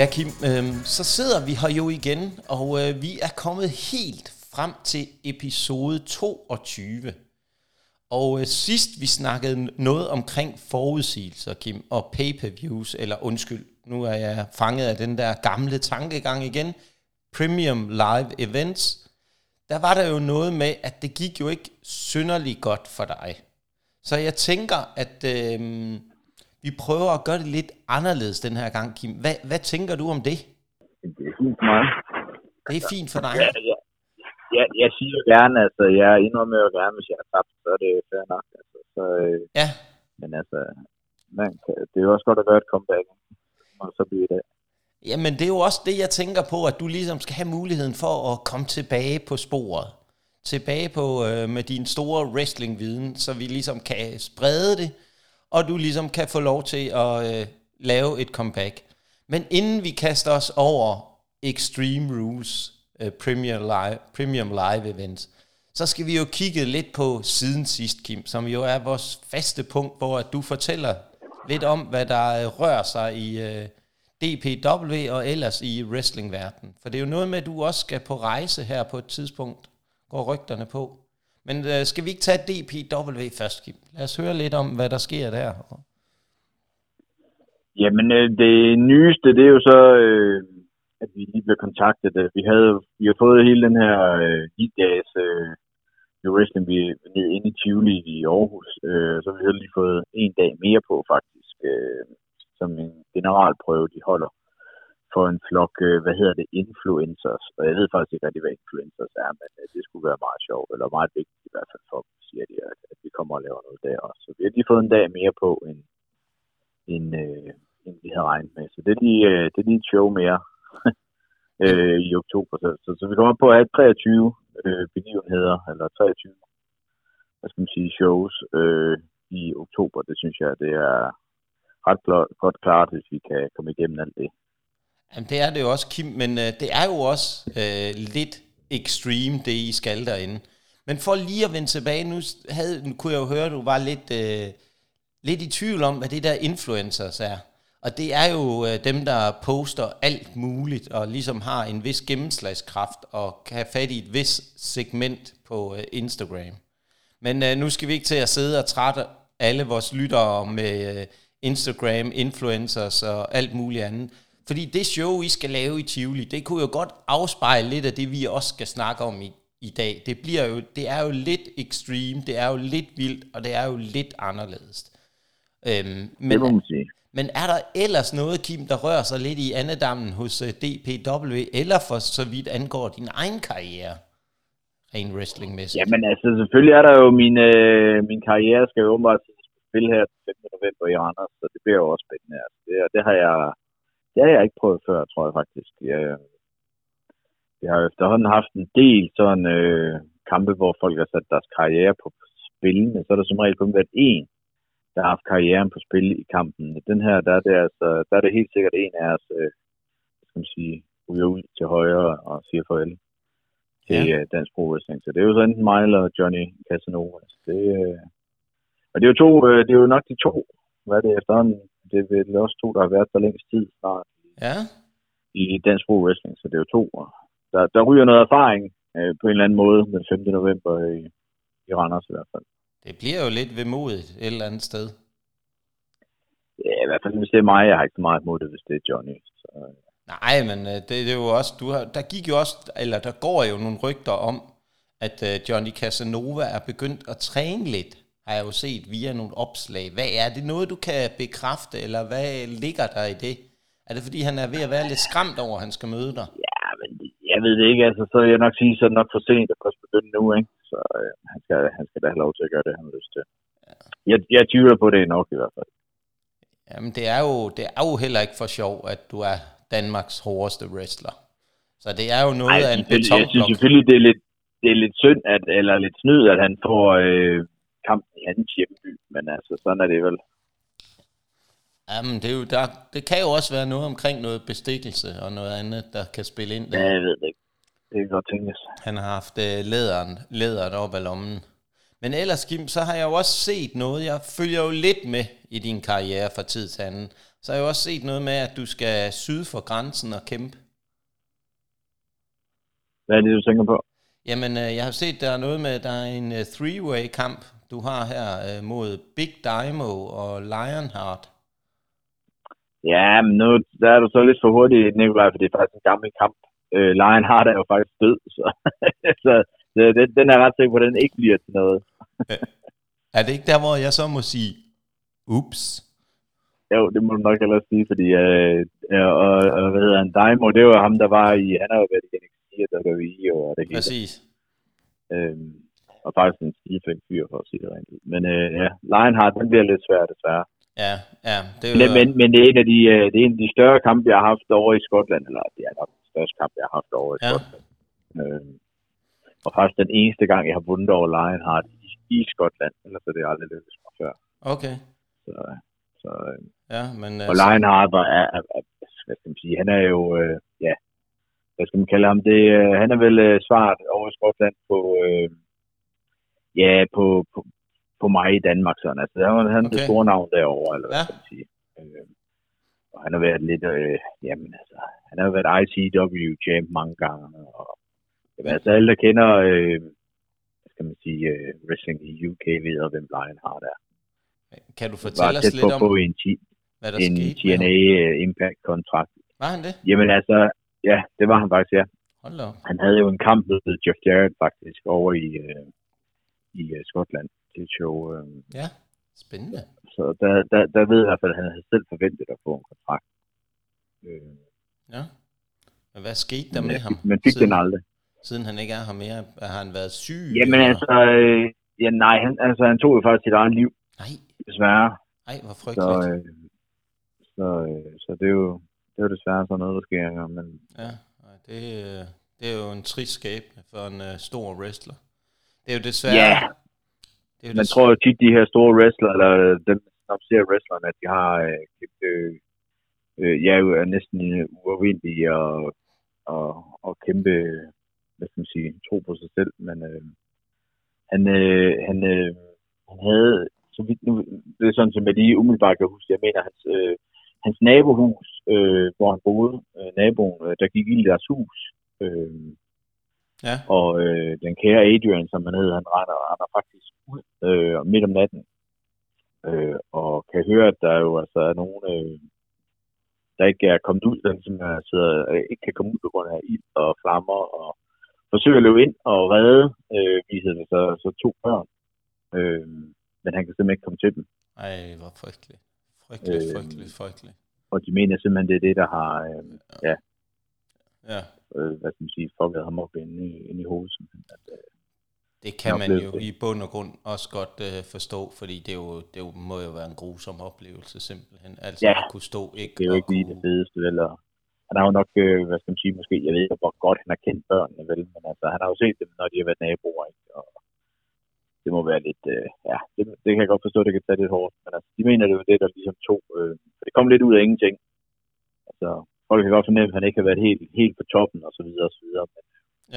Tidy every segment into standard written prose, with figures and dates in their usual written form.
Ja, Kim, så sidder vi her jo igen, og vi er kommet helt frem til episode 22. Og sidst vi snakkede noget omkring forudsigelser, Kim, og pay-per-views, eller undskyld, nu er jeg fanget af den der gamle tankegang igen, premium live events, der var der jo noget med, at det gik jo ikke synderligt godt for dig. Så jeg tænker, at vi prøver at gøre det lidt anderledes den her gang, Kim. Hvad tænker du om det? Det er fint for mig. Det er fint for dig? Ja, jeg siger jo gerne, altså jeg indrømmer jo gerne, hvis jeg har tabt, så er det fair nok. Altså, så, ja. Men altså, det er jo også godt at gøre et comeback, og så bliver det. Jamen det er jo også det, jeg tænker på, at du ligesom skal have muligheden for at komme tilbage på sporet. Tilbage på med din store wrestling-viden, så vi ligesom kan sprede det, og du ligesom kan få lov til at lave et comeback. Men inden vi kaster os over Extreme Rules, Premium Live Events, så skal vi jo kigge lidt på siden sidst, Kim, som jo er vores faste punkt, hvor at du fortæller lidt om, hvad der rører sig i DPW og ellers i wrestlingverdenen. For det er jo noget med, at du også skal på rejse her på et tidspunkt, går rygterne på. Men skal vi ikke tage DPW først, Kim? Lad os høre lidt om, hvad der sker der. Jamen, det nyeste, det er jo så, at vi lige blev kontaktet. Vi har fået hele den her League-dags wrestling, vi er nede inde i Tivoli i Aarhus. Så har vi lige fået en dag mere på, faktisk, som en generalprøve, de holder for en flok, influencers. Og jeg ved faktisk ikke rigtig, hvad influencers er, men det skulle være meget sjovt, eller meget vigtigt i hvert fald for dem, siger de, at vi kommer og laver noget der også. Så vi har lige fået en dag mere på, end vi havde regnet med. Så det er lige et show mere i oktober. Så vi kommer på at have 23 begivenheder, eller 23, hvad skal man sige, shows i oktober. Det synes jeg, det er ret godt klart, hvis vi kan komme igennem alt det. Jamen, det er det jo også, Kim, men det er jo også lidt extreme, det I skal derinde. Men for lige at vende tilbage, nu kunne jeg jo høre, at du var lidt i tvivl om, hvad det der influencers er. Og det er jo dem, der poster alt muligt, og ligesom har en vis gennemslagskraft, og kan have fat i et vis segment på Instagram. Men nu skal vi ikke til at sidde og trætte alle vores lyttere med Instagram, influencers og alt muligt andet. Fordi det show, I skal lave i Tivoli, det kunne jo godt afspejle lidt af det, vi også skal snakke om i dag. Det er jo lidt extreme, det er jo lidt vildt, og det er jo lidt anderledes. Men er der ellers noget, Kim, der rører sig lidt i andedammen hos DPW, eller for så vidt angår din egen karriere, ren wrestlingmæssigt? Jamen altså, selvfølgelig er der jo min karriere skal jo åbenbart spille her den 15. november i Randers, så det bliver jo også spændende. Altså, det har jeg ikke prøvet før, tror jeg faktisk. Jeg har efterhånden haft en del sådan kampe, hvor folk har sat deres karriere på spil, men så er der som regel kun været en, der har haft karrieren på spil i kampen. Den her, der er det helt sikkert en af os, skal man sige, ryger ud til højre og siger farvel til dansk pro wrestling. Så det er jo så enten mig eller Johnny Casanova. Og det er jo det er jo nok de to, hvad er det efterhånden? Det er vel også to, der har været der længst tid snart i dansk pro wrestling. Så det er jo to, der ryger noget erfaring på en eller anden måde den 5. november i Randers i hvert fald. Det bliver jo lidt vemodigt et eller andet sted. Ja, i hvert fald hvis det er mig. Jeg har ikke så meget imod det, hvis det er Johnny. Så. Nej, men det er jo også... der går jo nogle rygter om, at Johnny Casanova er begyndt at træne lidt, har jeg jo set via nogle opslag. Hvad er det noget, du kan bekræfte, eller hvad ligger der i det? Er det fordi, han er ved at være lidt skræmt over, at han skal møde dig? Ja, men jeg ved det ikke. Altså, så vil jeg nok sige, så er det nok for sent at begynde nu, ikke? Så han skal da have lov til at gøre det, han har lyst til. Ja. Jeg tvivler på det nok i hvert fald. Jamen, det er jo heller ikke for sjov, at du er Danmarks hårdeste wrestler. Så det er jo noget af en betonblok. Jeg synes selvfølgelig, det er lidt synd, eller lidt snyd, at han får kampen i hans hjemby. Men altså, sådan er det vel. Jamen, det kan jo også være noget omkring noget bestikkelse og noget andet, der kan spille ind der. Ja, jeg ved det ikke. Det kan godt tænkes. Han har haft læderen op af lommen. Men ellers, Kim, så har jeg jo også set noget. Jeg følger jo lidt med i din karriere fra tid til anden. Så har jeg jo også set noget med, at du skal syd for grænsen og kæmpe. Hvad er det, du tænker på? Jamen, jeg har set, der er noget med, der er en three-way kamp, du har her mod Big Dymo og Lionheart. Ja, men nu der er du så lidt for hurtig, Nikolaj, for det er faktisk en gammel kamp. Lionheart er jo faktisk død, så, så den er ret sikker på, at den ikke bliver til noget. Er det ikke der, hvor jeg så må sige, ups? Jo, det må du nok ellers sige, fordi og hvad hedder han, Dymo, det var ham, der var i, han har jo været i NXT, der var i og det hele. Præcis. Og faktisk en skidefæk fyr, for at sige det rent ud. Men ja, Lionheart, den bliver lidt svær, desværre. Ja. Det er men det er en af de større kampe, jeg har haft over i Skotland, eller det er nok den største kamp, jeg har haft over i Skotland. Og faktisk den eneste gang, jeg har vundet over Lionheart i Skotland, ellers er det aldrig lykkedes mig før. Okay. Så ja, men og Lionheart var, hvad skal man sige, han er jo, hvad skal man kalde ham, han er vel svaret over i Skotland på mig i Danmark, sådan. Altså, han er det store navn derovre, eller hvad skal man sige. Og han har været lidt, han har været ICW-champ mange gange, og altså alle, der kender, hvad skal man sige, wrestling i UK, ved hvem Lionheart er. Kan du fortælle os lidt om, hvad der skete en TNA Impact-kontrakt. Var han det? Jamen altså, ja, det var han faktisk, ja. Hold da. Han havde jo en kamp med Jeff Jarrett faktisk over i Skotland til et show. Ja, spændende. Så der ved jeg i hvert fald, at han havde selv forventet at få en kontrakt. Ja. Men hvad skete der med ham? Men fik den aldrig. Siden han ikke er her mere, har han været syg? Jamen altså, nej, han tog jo faktisk sit eget liv. Nej. Desværre. Nej, hvor frygteligt. Så det er jo desværre sådan noget, der sker. Men ja, det er jo en trist skæbne for en stor wrestler. Det er jo desværre... Ja, man tror jo tit, de her store wrestlere, eller dem, der ser wrestlerne, at de har jo er næsten uafvendelige og kæmpe, hvad skal man sige, tro på sig selv. Men han havde, så vidt nu, det er sådan, som jeg lige umiddelbart kan huske, jeg mener, hans nabohus, hvor han boede, naboen, der gik ild i deres hus. Ja. Og den kære Adrian, som han hed, han render faktisk ud midt om natten. Og kan høre, at der jo altså er nogen, der ikke er kommet ud, der ligesom ikke kan komme ud på grund af ild og flammer, og forsøger at løbe ind og redde, viser det så 2 børn. Men han kan simpelthen ikke komme til dem. Ej, hvor frygteligt. Frygteligt. Og de mener simpelthen, det er det, der har, ja. Hvad skal man sige, fucket ham op inde i hovedet. Det kan man jo i bund og grund også godt forstå, fordi det må jo være en grusom oplevelse simpelthen. Altså at kunne stå ikke. Det er jo ikke lige det fedeste, eller han har jo nok, hvad skal man sige, måske, jeg ved ikke, hvor godt han har kendt børnene, vel, men altså, han har jo set dem, når de har været naboer, ikke? Og det må være lidt, det kan jeg godt forstå, det kan tage lidt hårdt, men altså, de mener det jo det, der ligesom tog, for det kom lidt ud af ingenting. Altså, folk kan godt fornemme, at han ikke har været helt på toppen, og så videre, og så videre. Men,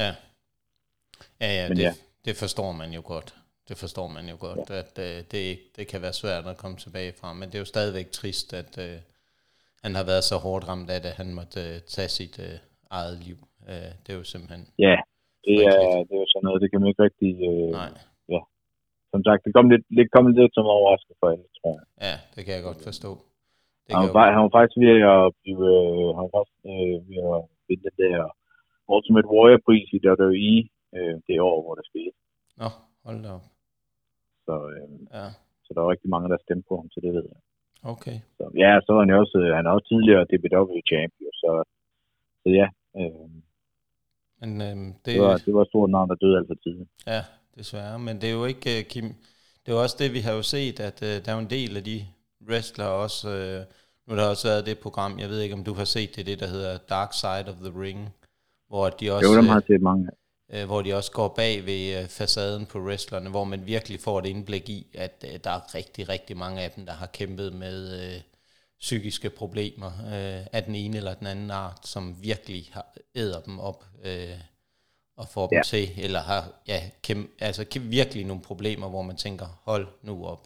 men det forstår man jo godt. At det kan være svært at komme tilbage fra, men det er jo stadigvæk trist, at han har været så hårdt ramt af det, at han måtte tage sit eget liv. Det er jo simpelthen... Ja, det er jo sådan noget, det kan man ikke rigtig... Nej. Ja. Som sagt, det kom lidt som overraskelse for alle, tror jeg. Ja, det kan jeg godt forstå. Han var faktisk ved at blive... ved at vinde den der Ultimate Warrior-pris i WWE det år, hvor det skete. Nå, hold da op. Så der var rigtig mange, der stemte på ham, så det ved jeg. Okay. Så, ja, så var han også tidligere DPW-champion, så ja. Men det var et stort navn, der døde alt for tidligt. Ja, desværre. Men det er jo ikke, Kim, det er jo også det, vi har jo set, at der er jo en del af de wrestlere også, nu har der også været det program, jeg ved ikke, om du har set det der hedder Dark Side of the Ring, hvor de også... Jo, dem har set mange. Hvor de også går bag ved facaden på wrestlerne, hvor man virkelig får et indblik i, at der er rigtig, rigtig mange af dem, der har kæmpet med psykiske problemer af den ene eller den anden art, som virkelig æder dem op. og får dem til, eller har virkelig nogle problemer, hvor man tænker, hold nu op.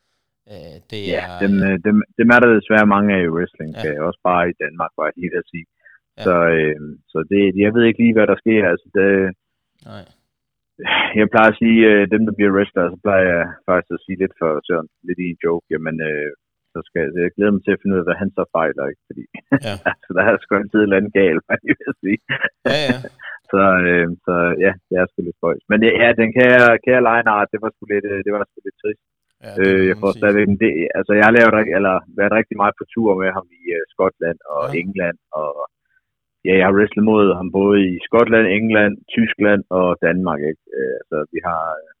Dem er der desværre mange af i wrestling, også bare i Danmark, var jeg lige at sige. Ja. Så det, jeg ved ikke lige, hvad der sker. Altså, nej. Jeg plejer at sige, dem der bliver wrestler, så plejer jeg faktisk at sige lidt for Søren, lidt i en joke, jamen, så skal jeg glæde mig til at finde ud af, hvad han så fejler, ikke? Fordi altså, der er sgu altid et eller andet galt, hvad jeg vil sige. Ja. så ja, det er sgu lidt spøjs. Men ja, den kære Lionheart, det var sgu lidt trist. Ja, jeg får stadigvæk det. Altså, jeg har været rigtig meget på tur med ham i Skotland og England, og ja, jeg har wrestlet mod ham både i Skotland, England, Tyskland og Danmark, ikke? Altså, vi har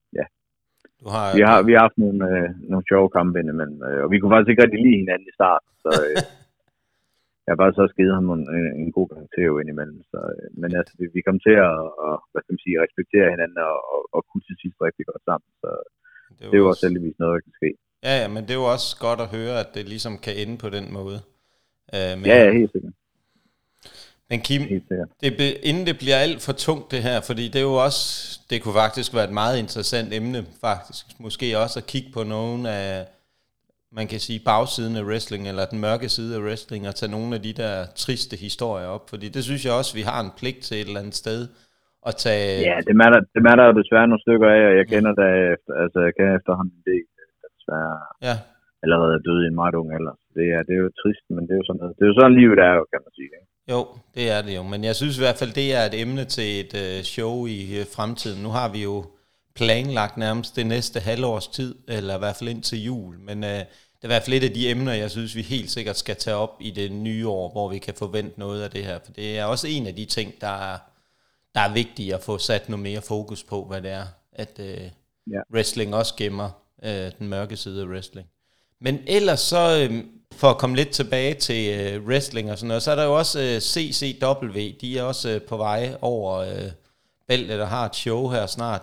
haft nogle sjove kampe indimellem, og vi kunne faktisk ikke rigtig lide hinanden i starten, så jeg har bare så givet ham en god karakter indimellem, så, men altså, vi kom til at hvad skal man sige, respektere hinanden og kunne til sidst rigtig godt sammen, så det er jo også heldigvis noget, der kan ske. Ja, men det er jo også godt at høre, at det ligesom kan ende på den måde. Ja, helt sikkert. Men Kim, inden det bliver alt for tungt det her, fordi det er jo også, det kunne faktisk være et meget interessant emne faktisk, måske også at kigge på nogle af, man kan sige bagsiden af wrestling, eller den mørke side af wrestling, og tage nogle af de der triste historier op, fordi det synes jeg også, vi har en pligt til et eller andet sted at tage. Ja, det er der jo desværre nogle stykker af, og jeg kender der efter, altså jeg kender efterhånden en del, der desværre allerede er døde i en meget ung alder. Det er jo trist, men det er jo sådan noget. Det er jo sådan livet er jo, kan man sige, ikke? Jo, det er det jo, men jeg synes i hvert fald, det er et emne til et show i fremtiden. Nu har vi jo planlagt nærmest det næste halvårs tid, eller i hvert fald indtil jul, men det er i hvert fald et af de emner, jeg synes, vi helt sikkert skal tage op i det nye år, hvor vi kan forvente noget af det her, for det er også en af de ting, der er vigtige at få sat noget mere fokus på, hvad det er, at wrestling også gemmer den mørke side af wrestling. Men ellers så, for at komme lidt tilbage til wrestling og sådan noget, så er der jo også CCW, de er også på vej over bæltet, der har et show her snart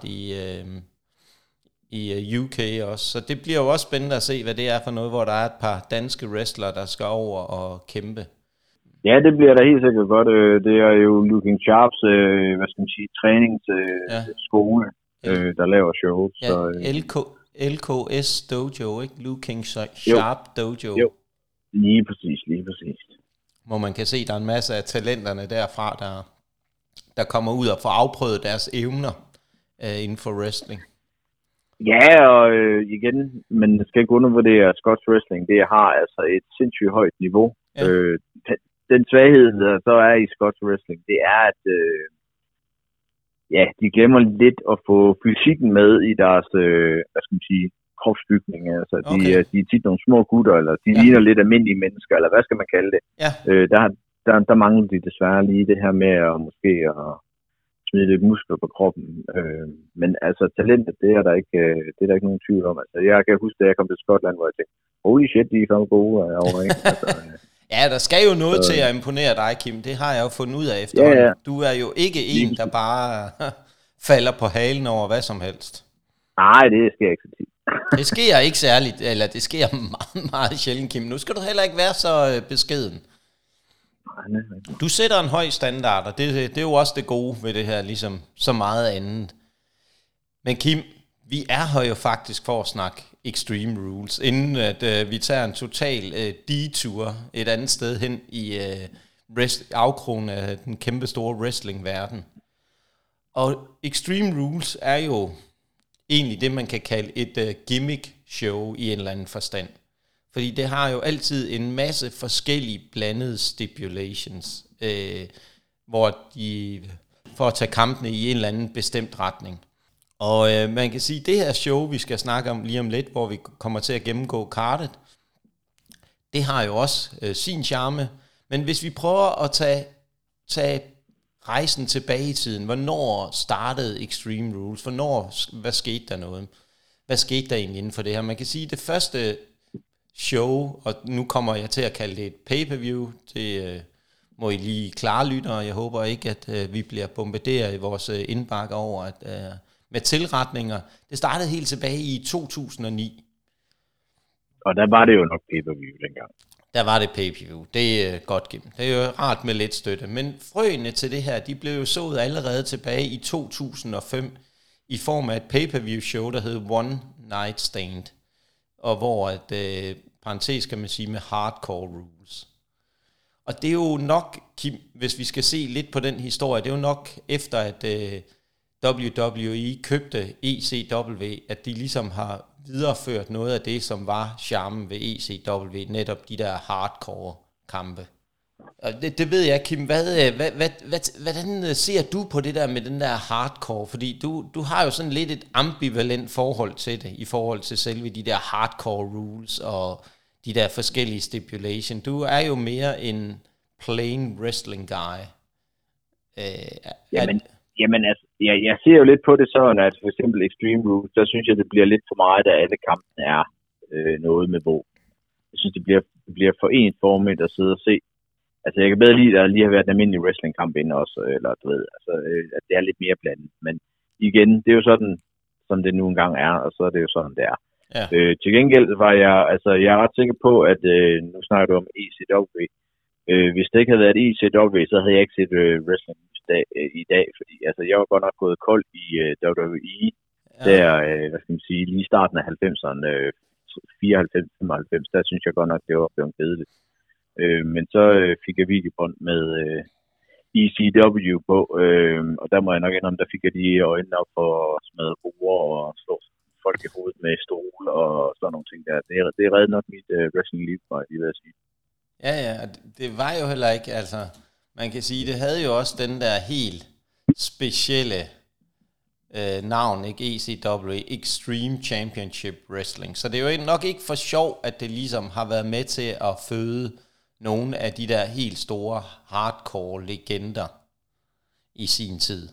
i UK også. Så det bliver jo også spændende at se, hvad det er for noget, hvor der er et par danske wrestlere, der skal over og kæmpe. Ja, det bliver da helt sikkert godt. Det er jo Looking Sharps, hvad skal man sige, træningsskole, der laver show. Ja, så, LKS Dojo, ikke? Looking Sharp Dojo. Jo, lige præcis. Hvor man kan se, der er en masse af talenterne derfra, der kommer ud og får afprøvet deres evner inden for wrestling. Ja, og igen, men det skal ikke undervurdere Scotch Wrestling. Det har altså et sindssygt højt niveau. Ja. Den svaghed, der så er i Scotch Wrestling, det er, at de glemmer lidt at få fysikken med i deres, hvad skal man sige, kropsbygning. Altså, de er tit nogle små gutter, eller de ligner lidt almindelige mennesker, eller hvad skal man kalde det. Ja. Der mangler de desværre lige det her med at måske at smide lidt muskler på kroppen. Men altså, talentet, det er der ikke nogen tvivl om. Altså, jeg kan huske, da jeg kom til Skotland, hvor jeg tænkte, holy shit, de er fandme gode over, ikke? Altså, ja, der skal jo noget til at imponere dig, Kim. Det har jeg jo fundet ud af efterhånden. Ja. Du er jo ikke en, der bare falder på halen over hvad som helst. Nej, det sker ikke så tit. Det sker ikke særligt, eller det sker meget, meget sjældent, Kim. Nu skal du heller ikke være så beskeden. Du sætter en høj standard, og det er jo også det gode ved det her, ligesom så meget andet. Men Kim, vi er her jo faktisk for at snakke Extreme Rules, inden at vi tager en total detur et andet sted hen i afkrogen af den kæmpe store wrestling-verden. Og Extreme Rules er jo egentlig det, man kan kalde et gimmick-show i en eller anden forstand. Fordi det har jo altid en masse forskellige blandede stipulations, hvor de får at tage kampene i en eller anden bestemt retning. Og man kan sige, at det her show, vi skal snakke om lige om lidt, hvor vi kommer til at gennemgå kartet, det har jo også sin charme. Men hvis vi prøver at tage rejsen tilbage i tiden, hvornår startede Extreme Rules? Hvad skete der noget? Hvad skete der egentlig inden for det her? Man kan sige, at det første show, og nu kommer jeg til at kalde det et pay-per-view, det må I lige klarlytte, og jeg håber ikke, at vi bliver bombarderet i vores indbakke over, at med tilretninger. Det startede helt tilbage i 2009. Og der var det jo nok pay-per-view dengang. Der var det pay-per-view. Det er godt gennem. Det er jo rart med lidt støtte. Men frøene til det her, de blev jo sået allerede tilbage i 2005 i form af et pay-per-view show, der hed One Night Stand. Og hvor parentes kan man sige med hardcore rules. Og det er jo nok, Kim, hvis vi skal se lidt på den historie, det er jo nok efter at WWE købte ECW, at de ligesom har videreført noget af det, som var charmen ved ECW, netop de der hardcore kampe. Og det ved jeg, Kim, hvordan ser du på det der med den der hardcore? Fordi du har jo sådan lidt et ambivalent forhold til det, i forhold til selve de der hardcore rules og de der forskellige stipulation. Du er jo mere en plain wrestling guy. Jamen altså, jeg ser jo lidt på det sådan, at for eksempel Extreme Rules, der synes jeg, det bliver lidt for meget, at alle kampene er noget med våben. Jeg synes, det bliver for ensformigt at sidde og se. Altså, jeg kan bedre lide, at der lige har været en almindelig wrestlingkamp inde også, eller du ved, altså, at det er lidt mere blandet. Men igen, det er jo sådan, som det nu engang er, og så er det jo sådan, det er. Ja. Til gengæld var jeg er ret sikker på, at nu snakker du om ECW. Hvis det ikke havde været ECW, så havde jeg ikke set wrestling i dag, fordi altså, jeg var godt nok gået kold i WWE, der, hvad skal man sige, lige i starten af 90'erne, 94-95, der synes jeg godt nok, det var blevet kedeligt. Men så fik jeg videobånd med ECW på, og der må jeg nok indrømme, der fik jeg lige øjnene op for at smadre borer og slå folk i hovedet med stol og sådan nogle ting der. Det er reddet nok mit wrestling-liv, var jeg lige ved at sige. Ja, det var jo heller ikke, altså, man kan sige, det havde jo også den der helt specielle navn, ikke, ECW, Extreme Championship Wrestling. Så det er jo nok ikke for sjov, at det ligesom har været med til at føde nogle af de der helt store hardcore legender i sin tid.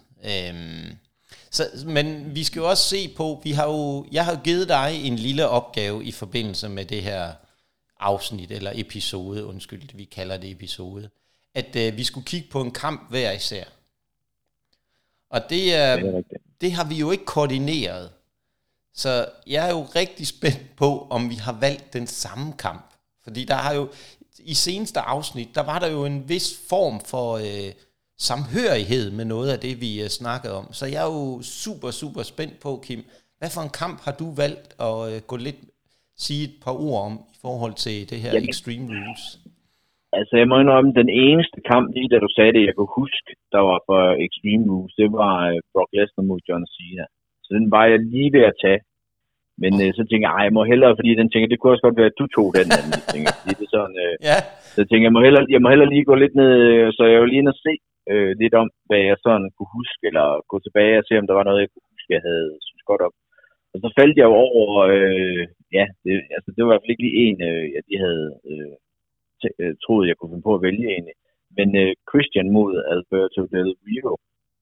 Men vi skal jo også se på, jeg har jo givet dig en lille opgave i forbindelse med det her afsnit, eller episode, undskyld, vi kalder det episode, at vi skulle kigge på en kamp hver især. Og det har vi jo ikke koordineret. Så jeg er jo rigtig spændt på, om vi har valgt den samme kamp. Fordi der har jo, i seneste afsnit, der var der jo en vis form for samhørighed med noget af det, vi snakkede om. Så jeg er jo super, super spændt på, Kim. Hvad for en kamp har du valgt at sige et par ord om i forhold til det her Extreme Rules? Altså, jeg må indrømme, den eneste kamp, lige da du sagde det, jeg kunne huske, der var for Extreme Rules, det var Brock Lesnar mod John Cena. Så den var jeg lige ved at tage. Men så tænkte jeg, jeg må hellere, fordi den tænker, det kunne også godt være, at du tog den anden. Det er sådan, så jeg tænkte, jeg må hellere lige gå lidt ned, så jeg var lige inde og se lidt om, hvad jeg sådan kunne huske, eller gå tilbage og se, om der var noget, jeg kunne huske, jeg havde synes godt om. Og så faldt jeg jo over, det var i hvert fald ikke lige en, de havde troet, jeg kunne finde på at vælge egentlig. Men Christian mod Alberto Del Rio.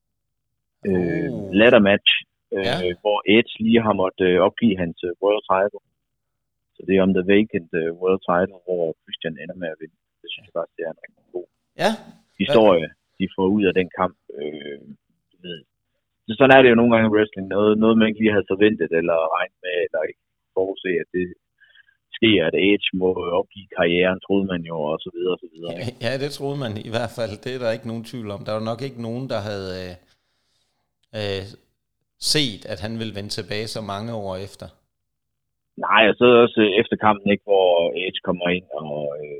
Ladder match. Hvor Edge lige har måttet opgive hans world title. Så det er om the vacant world title, hvor Christian ender med at vinde. Det synes jeg faktisk, det er en rigtig god historie, de får ud af den kamp. Så sådan er det jo nogle gange i wrestling. Noget man ikke lige havde forventet, eller regnet med, eller ikke forudse, at det sker, at Edge må opgive karrieren, troede man jo, og så videre, og så videre. Ja, det troede man i hvert fald. Det er der ikke nogen tvivl om. Der var nok ikke nogen, der havde set, at han ville vende tilbage så mange år efter. Nej, og så også efter kampen, ikke, hvor Edge kommer ind og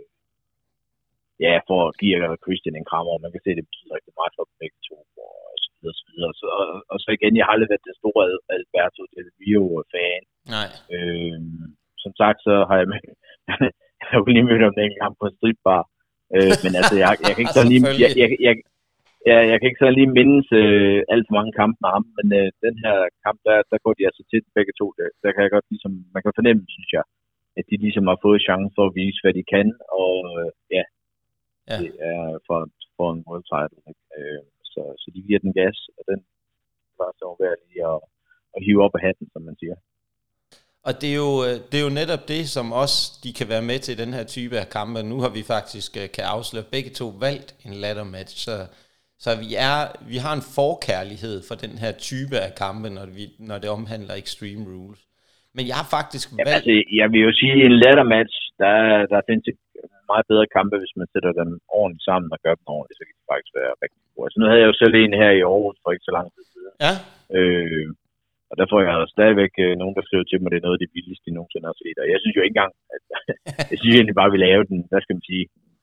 for at give Christian en krammer, og man kan se, at det betyder rigtig meget for begge to, og så videre, og så videre. Og så igen, jeg har aldrig været den store Alberto Del Rio-fan. Nej. Som sagt, så har jeg jo lige mødt om den kamp på en stripbar. Men altså, jeg kan ikke sådan lige... Jeg kan ikke sådan lige mindes alt for mange kampe med ham, men den her kamp, der går de altså til begge to. Der kan jeg godt ligesom, man kan fornemme, synes jeg, at de ligesom har fået chance for at vise, hvad de kan, og det er for en world title. Så de giver den gas, og den var så værd lige at hive op af hatten, som man siger. Og det er jo netop det, som også de kan være med til den her type af kampe. Nu har vi faktisk, kan afsløre, begge to valgt en ladder match, så vi har en forkærlighed for den her type af kampe, når det omhandler Extreme Rules. Men jeg har faktisk valgt... Altså, jeg vil jo sige, en ladder match, der findes meget bedre kampe, hvis man sætter dem ordentligt sammen og gør dem ordentligt, så kan de faktisk være rigtig gode. Altså, nu havde jeg jo selv en her i Aarhus for ikke så lang tid siden. Ja. Og der får jeg stadigvæk nogen, der skriver til mig, det er noget af det vildeste, de nogensinde har set. Og jeg synes jo ikke engang, at jeg synes egentlig bare, at vi lavede den, hvad skal man sige,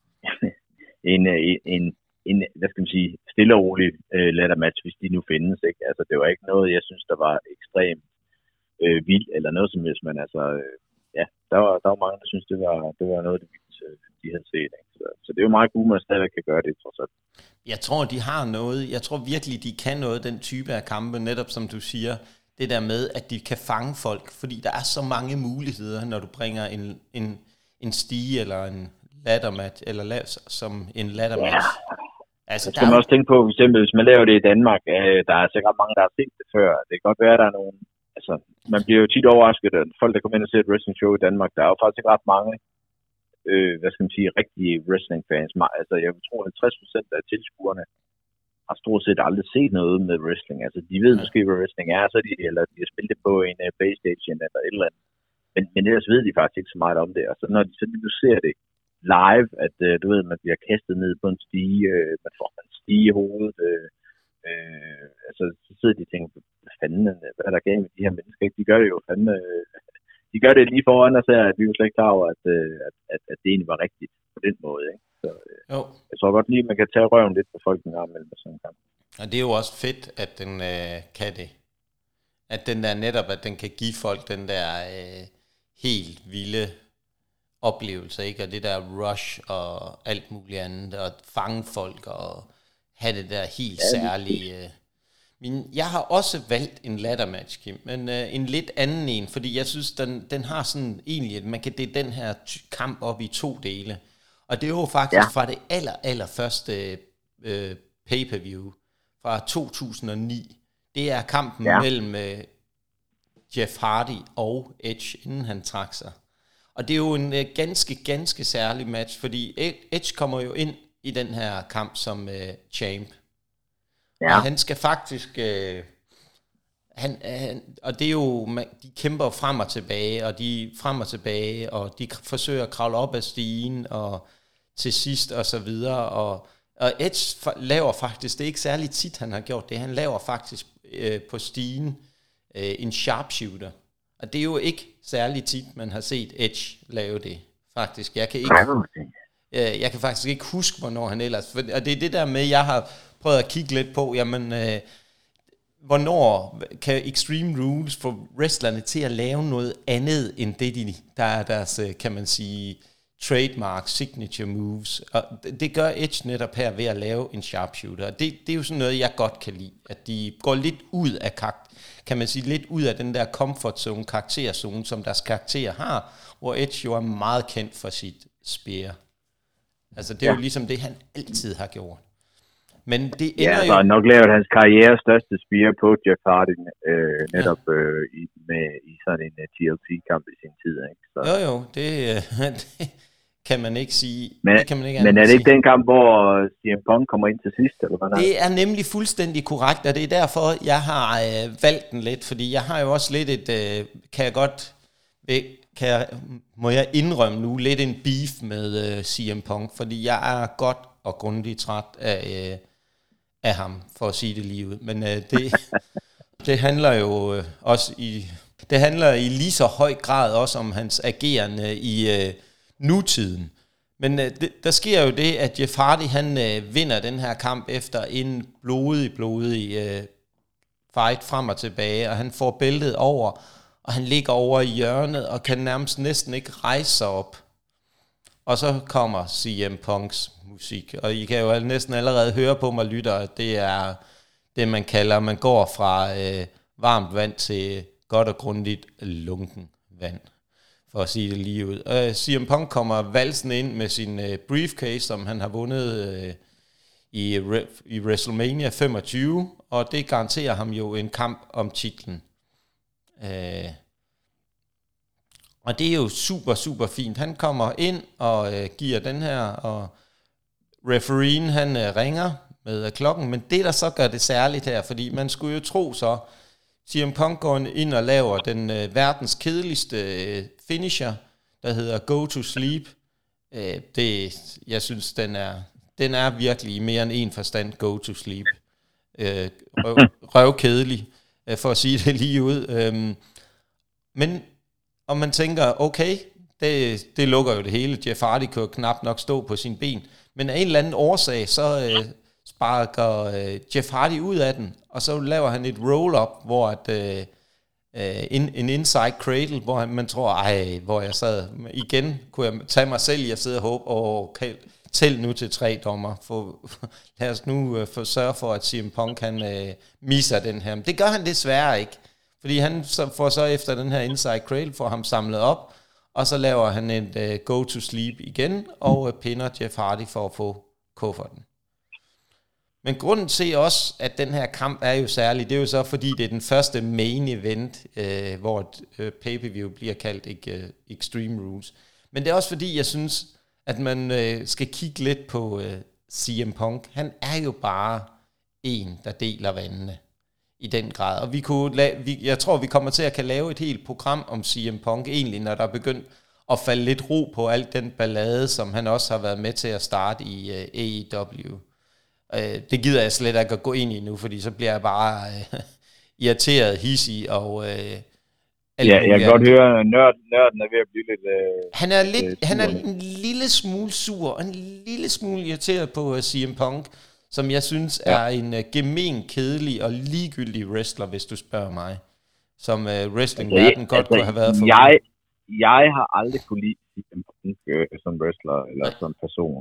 en hvad skal man sige, stille og rolig lattermatch, hvis de nu findes, ikke? Altså, det var ikke noget, jeg synes, der var ekstremt vildt, eller noget som helst, men altså, der var mange, der synes, det var noget af det vildeste, de havde set, ikke? Så det er jo meget godt, at man stadigvæk kan gøre det, trods alt. Jeg tror, de har noget, jeg tror virkelig, de kan noget, den type af kampe, netop som du siger, det der med, at de kan fange folk, fordi der er så mange muligheder, når du bringer en stige eller en laddermatch, eller som en laddermatch. Ja. Altså, skal man også tænke på, for eksempel, hvis man laver det i Danmark, der er sikkert mange, der har set det før. Det kan godt være, at der er nogen, altså, man bliver jo tit overrasket, at folk, der kommer ind og ser et wrestling show i Danmark, der er jo faktisk ikke ret mange, hvad skal man sige, rigtige wrestling-fans. Altså, jeg tror, at 60% af tilskuerne har stort set aldrig set noget med wrestling. Altså, de ved måske, hvad wrestling er, eller de har spillet det på en PlayStation eller et eller andet. Men ellers ved de faktisk ikke så meget om det. Og så når de så ser det live, at du ved, man bliver kastet ned på en stige, man får en stige i hovedet, altså, så sidder de og tænker, hvad fanden, hvad er der galt med de her mennesker? De gør det jo fandme, de gør det lige foran os her, at vi er jo slet ikke klar over, at det egentlig var rigtigt på den måde, ikke? Så jeg tror godt lige, at man kan tage røven lidt på folk en gang mellem sådan en kamp. Og det er jo også fedt, at den kan det. At den der netop, at den kan give folk den der helt vilde oplevelse, ikke? Og det der rush og alt muligt andet, og fange folk og have det der helt særlige. Men jeg har også valgt en laddermatch, Kim, men en lidt anden en, fordi jeg synes, den har sådan egentlig, at man kan dele den her kamp op i 2 dele. Og det er jo faktisk fra det allerførste pay-per-view fra 2009. Det er kampen mellem Jeff Hardy og Edge, inden han trak sig. Og det er jo en ganske særlig match, fordi Edge kommer jo ind i den her kamp som champ. Ja. Og han skal faktisk... og det er jo... De kæmper frem og tilbage, og de forsøger at kravle op ad stigen, og til sidst, og så videre. Og Edge laver faktisk... Det er ikke særlig tit, han har gjort det. Han laver faktisk på stigen en sharpshooter. Og det er jo ikke særlig tit, man har set Edge lave det, faktisk. Jeg kan faktisk ikke huske, hvornår han ellers... Og det er det der med, jeg har prøvet at kigge lidt på, jamen, hvornår kan Extreme Rules få wrestlerne til at lave noget andet, end det, der er deres, kan man sige, trademark, signature moves. Og det gør Edge netop her ved at lave en sharpshooter. Og det er jo sådan noget, jeg godt kan lide, at de går lidt ud af kan man sige, lidt ud af den der comfort zone, karakterzone, som deres karakter har, hvor Edge jo er meget kendt for sit spear. Altså, det er jo ligesom det, han altid har gjort. Men det ender jo... Ja, nok lavet hans karrieres største spear på Jeff Hardy, netop i sådan en TLC-kamp i sin tid, ikke? Så. Jo, det kan man ikke sige. Men, det kan man ikke men er det ikke den kamp, hvor CM Punk kommer ind til sidst? Eller hvad? Det er nemlig fuldstændig korrekt, og det er derfor, jeg har valgt den lidt, fordi jeg har jo også lidt må jeg indrømme nu, lidt en beef med CM Punk, fordi jeg er godt og grundigt træt af ham, for at sige det lige ud. Men det handler jo det handler i lige så høj grad også om hans agerende i nutiden. Men der sker jo det, at Jeff Hardy, han vinder den her kamp efter en blodig fight frem og tilbage, og han får bæltet over, og han ligger over i hjørnet, og kan nærmest næsten ikke rejse sig op. Og så kommer CM Punks musik, og I kan jo næsten allerede høre på mig, lytter, at det er det, man går fra varmt vand til godt og grundigt lunken vand, for at sige det lige ud. CM Punk kommer valsen ind med sin briefcase, som han har vundet i WrestleMania 25, og det garanterer ham jo en kamp om titlen. Og det er jo super fint. Han kommer ind og giver den her, og refereen han ringer med klokken, men det der så gør det særligt her, fordi man skulle jo tro så, CM Punk går ind og laver den verdens kedeligste finisher, der hedder Go to Sleep, Jeg synes, den er virkelig mere end en forstand go to sleep. Røvkedelig, for at sige det lige ud. Men om man tænker, okay, det lukker jo det hele. Jeff Hardy kan jo knap nok stå på sin ben. Men af en eller anden årsag, så sparker Jeff Hardy ud af den, og så laver han et roll-up, hvor en inside cradle, hvor man tror, hvor jeg sad igen, kunne jeg tage mig selv i at sidde og håbe, okay, tæl nu til 3 dommer. Lad os nu sørge for, at CM Punk han misser den her. Men det gør han desværre ikke, fordi han får så efter den her inside cradle, får ham samlet op, og så laver han et go to sleep igen, og pinder Jeff Hardy for at få kufferten. Men grunden til også, at den her kamp er jo særlig, det er jo så, fordi det er den første main event, hvor pay-per-view bliver kaldt Extreme Rules. Men det er også fordi, jeg synes, at man skal kigge lidt på CM Punk. Han er jo bare en, der deler vandene i den grad. Og jeg tror, vi kommer til at kan lave et helt program om CM Punk, egentlig, når der er begyndt at falde lidt ro på alt den ballade, som han også har været med til at starte i AEW. Det gider jeg slet ikke at gå ind i nu, fordi så bliver jeg bare irriteret, hissig og jeg kan godt høre, nørden er ved at blive lidt... Han er en lille smule sur, og en lille smule irriteret på CM Punk, som jeg synes er en gemen, kedelig og ligegyldig wrestler, hvis du spørger mig. Som wrestling-verden godt kunne have været for. Jeg har aldrig kunne lide CM Punk som wrestler, eller som person.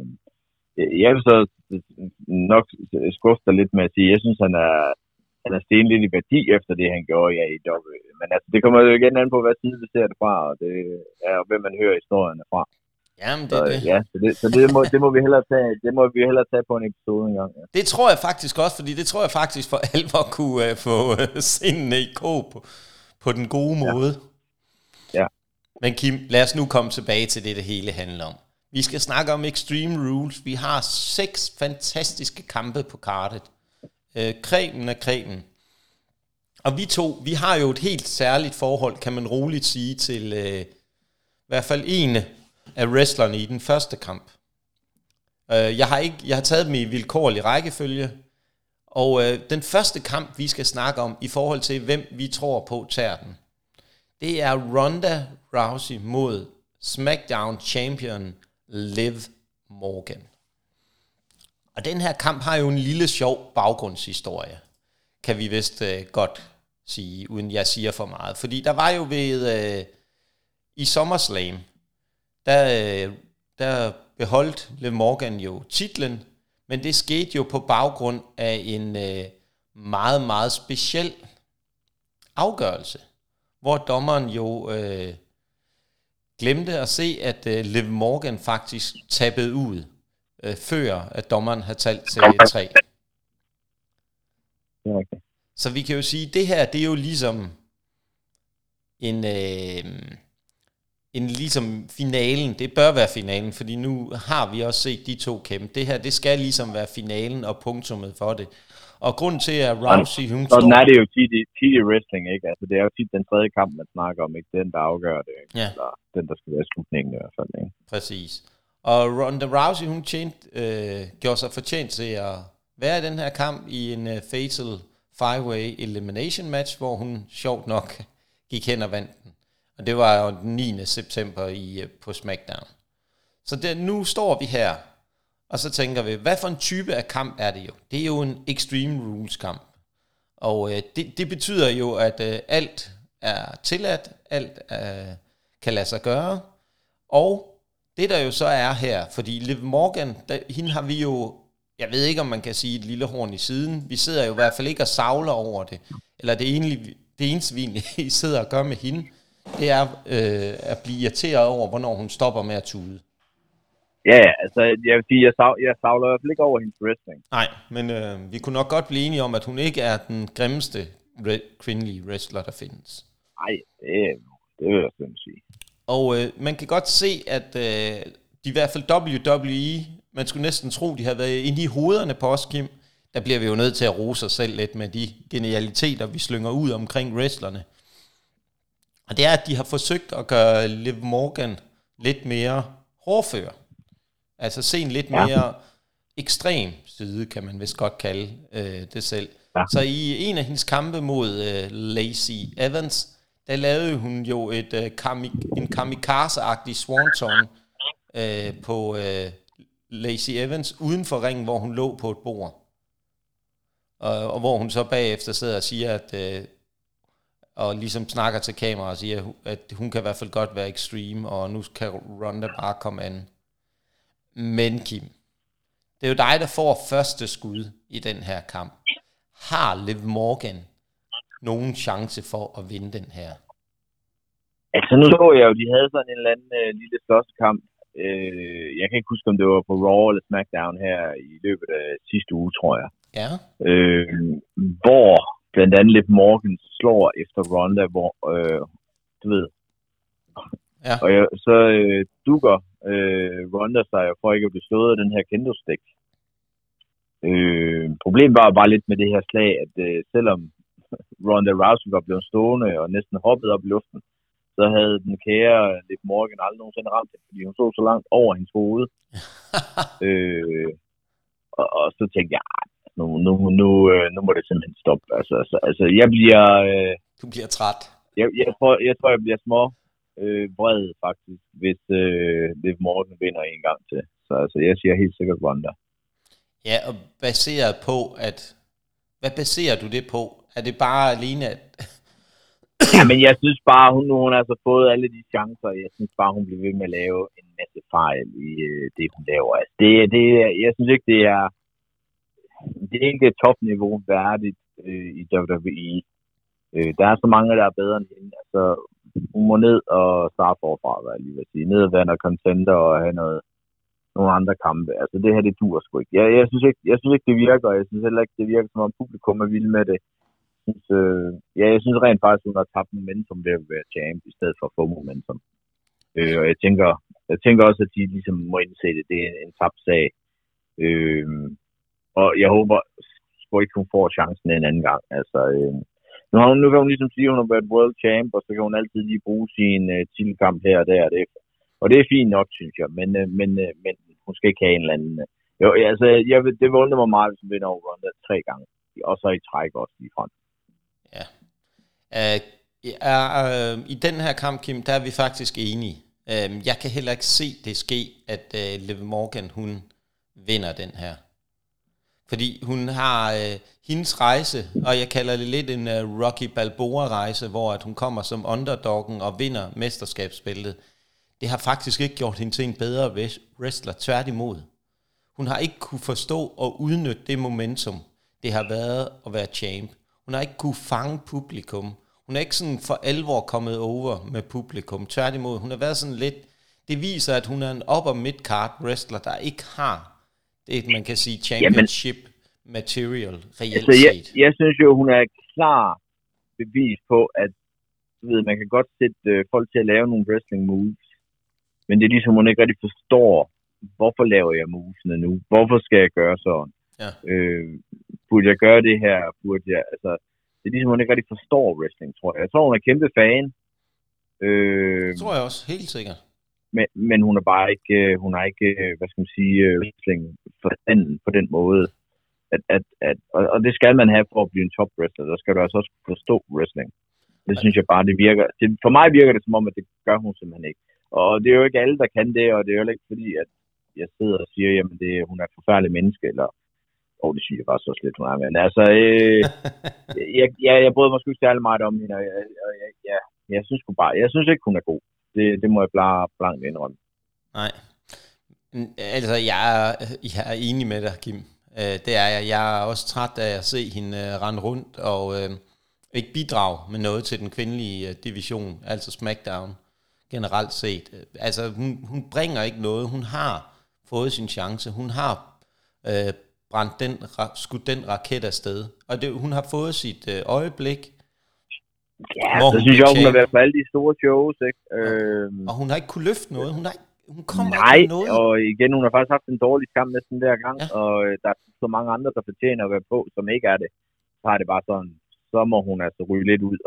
Jeg vil så nok skuffe dig lidt med at sige, jeg synes, han er stenet lidt i værdi efter det, han gjorde i AEW. Men altså, det kommer jo igen an på, hvad side vi ser det fra, og det er hvem man hører historierne fra. Jamen, det er det. Ja, så det må vi hellere tage på en episode en gang. Ja. Det tror jeg faktisk også, fordi det tror jeg faktisk for alvor kunne få sindene i kog på den gode måde. Ja. Men Kim, lad os nu komme tilbage til det hele handler om. Vi skal snakke om Extreme Rules. Vi har 6 fantastiske kampe på kartet. Kremen af kremen. Og vi har jo et helt særligt forhold, kan man roligt sige, til i hvert fald en af wrestlerne i den første kamp. Jeg har taget dem i vilkårlig rækkefølge. Og den første kamp, vi skal snakke om, i forhold til hvem vi tror på tager den, det er Ronda Rousey mod SmackDown Champion Liv Morgan. Og den her kamp har jo en lille sjov baggrundshistorie, kan vi vist godt sige, uden jeg siger for meget. Fordi der var jo i SummerSlam, der beholdt Liv Morgan jo titlen, men det skete jo på baggrund af en meget, meget speciel afgørelse, hvor dommeren jo glemte at se, at Liv Morgan faktisk tappede ud, før at dommeren havde talt til 3. Okay. Så vi kan jo sige, at det her, det er jo ligesom ligesom finalen. Det bør være finalen, fordi nu har vi også set de 2 kæmpe. Det her, det skal ligesom være finalen og punktummet for det. Og grunden til, at Rousey, hun står... Sådan er det jo tit i wrestling, ikke? Altså, det er jo tit den tredje kamp, man snakker om, ikke? Den, der afgør det, ikke? Ja. Eller den, der skal være slutningen i hvert fald, ikke? Præcis. Og Ronda Rousey, hun gjorde sig fortjent til at være i den her kamp i en fatal 5-way elimination match, hvor hun sjovt nok gik hen og vandt den. Og det var jo den 9. september på SmackDown. Så nu står vi her, og så tænker vi, hvad for en type af kamp er det jo? Det er jo en Extreme Rules kamp. Og det betyder jo, at alt er tilladt, alt kan lade sig gøre. Og det der jo så er her, fordi Liv Morgan, hende har vi jo, jeg ved ikke om man kan sige et lille horn i siden, vi sidder jo i hvert fald ikke og savler over det, eller det eneste vi egentlig sidder og gør med hende, det er at blive irriteret over, hvornår hun stopper med at tude. Ja, altså jeg vil sige, jeg savler i hvert fald ikke over hendes wrestling. Nej, men vi kunne nok godt blive enige om, at hun ikke er den grimmeste kvindelige wrestler, der findes. Nej, det vil jeg sådan sige. Og man kan godt se, at i hvert fald WWE, man skulle næsten tro, de havde været inde i hovederne på os, Kim. Der bliver vi jo nødt til at rose os selv lidt med de genialiteter, vi slynger ud omkring wrestlerne. Og det er, at de har forsøgt at gøre Liv Morgan lidt mere hårdfør. Altså se en lidt mere ekstrem side, kan man vist godt kalde det selv. Ja. Så i en af hendes kampe mod Lacey Evans, der lavede hun jo en kamikaze-agtig swanton på Lacey Evans uden for ringen, hvor hun lå på et bord. Og hvor hun så bagefter sidder og siger, at og ligesom snakker til kamera og siger, at hun kan i hvert fald godt være extreme, og nu kan Ronda bare komme an. Men Kim, det er jo dig, der får første skud i den her kamp. Har Liv Morgan nogen chance for at vinde den her? Altså nu så jeg jo, de havde sådan en eller anden lille slåssekamp. Jeg kan ikke huske, om det var på Raw eller SmackDown her i løbet af sidste uge, tror jeg. Ja. Hvor blandt andet Liv Morgan slår efter Ronda, hvor, du ved, ja. Og så dukker Ronda sig for ikke at blive slået af den her kendo-stik. Problemet var bare lidt med det her slag, at selvom Ronda Rousey var blevet stående og næsten hoppet op i luften, så havde den kære Liv Morgan aldrig nogensinde ramt det, fordi hun så så langt over hendes hoved. Og så tænkte jeg, nu må det simpelthen stoppe. Altså jeg bliver... Du bliver træt. Jeg tror, jeg bliver små vred faktisk, hvis Liv Morgan vinder en gang til. Så altså, jeg siger helt sikkert Ronda. Ja, og baseret på, hvad baserer du det på? Er det bare alene, at... Ja, men jeg synes bare, hun har altså fået alle de chancer. Jeg synes bare, hun bliver ved med at lave en masse fejl i det, hun laver. Altså, jeg synes ikke, det er ikke et topniveau værdigt i WWE. Der er så mange, der er bedre end hende. Altså, hun må ned og starte forfra, hvad jeg lige vil sige. Ned og være noget contender og have nogle andre kampe. Altså, det her, det duer sgu ikke. Jeg synes ikke, det virker. Jeg synes heller ikke, det virker, som om publikum er vildt med det. Jeg synes rent faktisk, hun har tabt momentum ved at være champ, i stedet for at få momentum. Og jeg tænker også, at de ligesom må indse det. Det er en tabt sag. Og jeg håber sgu ikke, hun får chancen en anden gang. Altså, nu kan hun ligesom sige, at hun har været world champ, og så kan hun altid lige bruge sin titelkamp her og der. Og det er fint nok, synes jeg. Men hun skal ikke have en eller anden... Jo, altså, det vil undre mig meget, hvis hun vinder over Ronda 3 gange. Og så i træk også lige frem. Ja. I den her kamp, Kim, der er vi faktisk enige. Jeg kan heller ikke se det ske, at Liv Morgan, hun vinder den her. Fordi hun har hendes rejse, og jeg kalder det lidt en Rocky Balboa-rejse, hvor at hun kommer som underdoggen og vinder mesterskabsbæltet. Det har faktisk ikke gjort hende til en bedre wrestler, tværtimod. Hun har ikke kunne forstå og udnytte det momentum, det har været at være champ. Hun har ikke kunne fange publikum. Hun er ikke sådan for alvor kommet over med publikum. Tværtimod, hun har været sådan lidt... Det viser, at hun er en upper mid-card wrestler, der ikke har det, man kan sige, championship material reelt set. Jeg synes jo, hun er et klar bevis på, at man kan godt sætte folk til at lave nogle wrestling moves, men det er ligesom, hun ikke rigtig forstår, hvorfor laver jeg movesene nu? Hvorfor skal jeg gøre sådan? Ja. Burde jeg gøre det her? Altså, det er ligesom, hun ikke rigtig forstår wrestling, tror jeg. Jeg tror, hun er kæmpe fan. Det tror jeg også, helt sikkert. Men hun er bare ikke, hvad skal man sige, wrestling forstanden på den måde. Og det skal man have for at blive en top wrestler. Der skal du altså også forstå wrestling. Det synes jeg bare, det virker. For mig virker det som om, at det gør hun simpelthen ikke. Og det er jo ikke alle, der kan det, og det er jo ikke fordi, at jeg sidder og siger, jamen hun er et forfærdeligt menneske, eller det synes jeg bare så slet, hun er. Men altså, jeg bryder mig sgu ikke særlig meget om hende, og jeg synes ikke, hun er god. Det må jeg blankt indrømme. Nej. Altså, jeg er enig med dig, Kim. Det er jeg. Jeg er også træt af at se hende rende rundt og ikke bidrage med noget til den kvindelige division, altså SmackDown generelt set. Altså, hun bringer ikke noget. Hun har fået sin chance. Hun har skudt den raket afsted. Og hun har fået sit øjeblik. Ja, så synes jeg, hun har været på alle de store shows, ikke? Og hun har ikke kunne løfte noget. Hun kommer ikke noget. Og igen, hun har faktisk haft en dårlig kamp næsten hver gang, og der er så mange andre, der fortjener at være på, som ikke er det. Så er det bare sådan, så må hun altså ryge lidt ud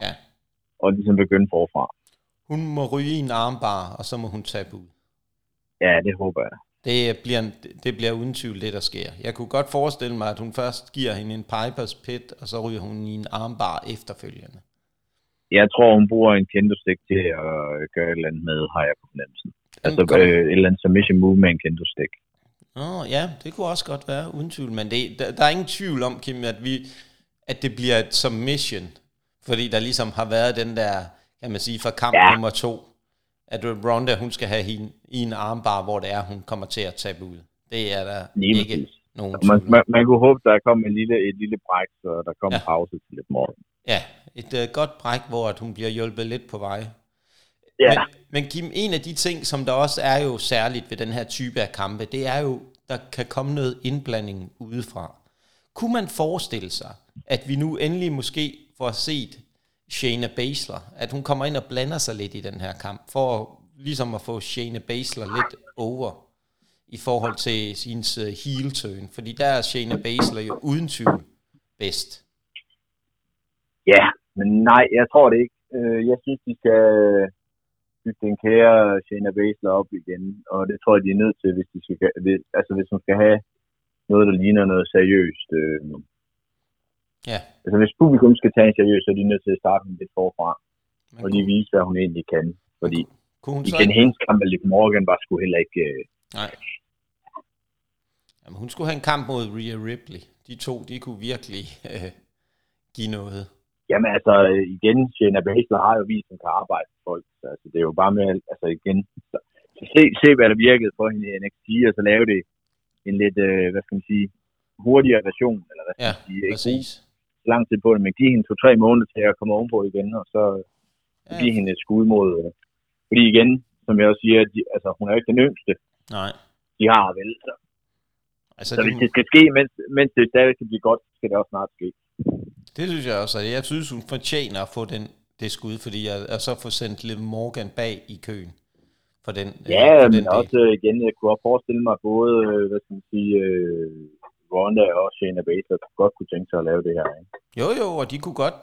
og ligesom begynde forfra. Hun må ryge i en armbar, og så må hun tabe ud. Ja, det håber jeg. Det bliver uden tvivl det, der sker. Jeg kunne godt forestille mig, at hun først giver hende en Piper's Pit, og så ryger hun i en armbar efterfølgende. Jeg tror, hun bruger en kendo-stick til at gøre et eller andet med, har jeg på fornemmelsen. Altså et eller andet submission move med en kendo-stick. Ja, det kunne også godt være, uden tvivl. Men der er ingen tvivl om, Kim, at det bliver et submission. Fordi der ligesom har været den der, kan man sige, fra kamp nummer 2. At Ronda, hun skal have hende i en armbar, hvor det er, hun kommer til at tabe ud. Det er der ikke nogen tvivl. Man kunne håbe, der kom et lille bræk, så der kom pause til lidt morgen. Ja, et godt bræk, hvor at hun bliver hjulpet lidt på vej. Ja. Men Kim, en af de ting, som der også er jo særligt ved den her type af kampe, det er jo, der kan komme noget indblanding udefra. Kunne man forestille sig, at vi nu endelig måske får set Shayna Baszler, at hun kommer ind og blander sig lidt i den her kamp, for ligesom at få Shayna Baszler lidt over i forhold til sin heel turn, fordi der er Shayna Baszler jo uden tvivl bedst. Ja, men nej, jeg tror det ikke. Jeg synes, de skal bygge den kære Shayna Baszler op igen, og det tror jeg, de er nødt til, hvis hun skal have noget, der ligner noget seriøst. Ja. Altså hvis publikum skal tage en seriøst, så er de nødt til at starte lidt forfra, og lige vise, hvad hun egentlig kan. Fordi igen, hendes kamp med Liv Morgan var sgu heller ikke... Nej. Jamen, hun skulle have en kamp mod Rhea Ripley. De to, de kunne virkelig give noget. Jamen altså, igen, Shayna Baszler har jo vist, at hun kan arbejde for folk. Altså, det er jo bare med, altså igen, så se hvad der virkede for hende i NXT, og så lave det en lidt, hvad skal man sige, hurtigere version, eller hvad skal man sige. Præcis. Ikke lang tid på det, men give hende 2-3 måneder til at komme ovenpå igen, og så give hende et skud mod, fordi igen, som jeg også siger, altså, hun er jo ikke den yngste. Nej. De har vel, så hvis det skal ske, mens det stadig kan blive godt, så skal det også snart ske. Det synes jeg også, jeg synes, hun fortjener at få det skud, fordi jeg så får sendt Liv Morgan bag i køen. For den, ja, for men også igen, jeg kunne også forestille mig både, hvad skal man sige, Ronda og Shayna Baszler godt kunne tænke sig at lave det her. Ikke? Jo, og de kunne godt,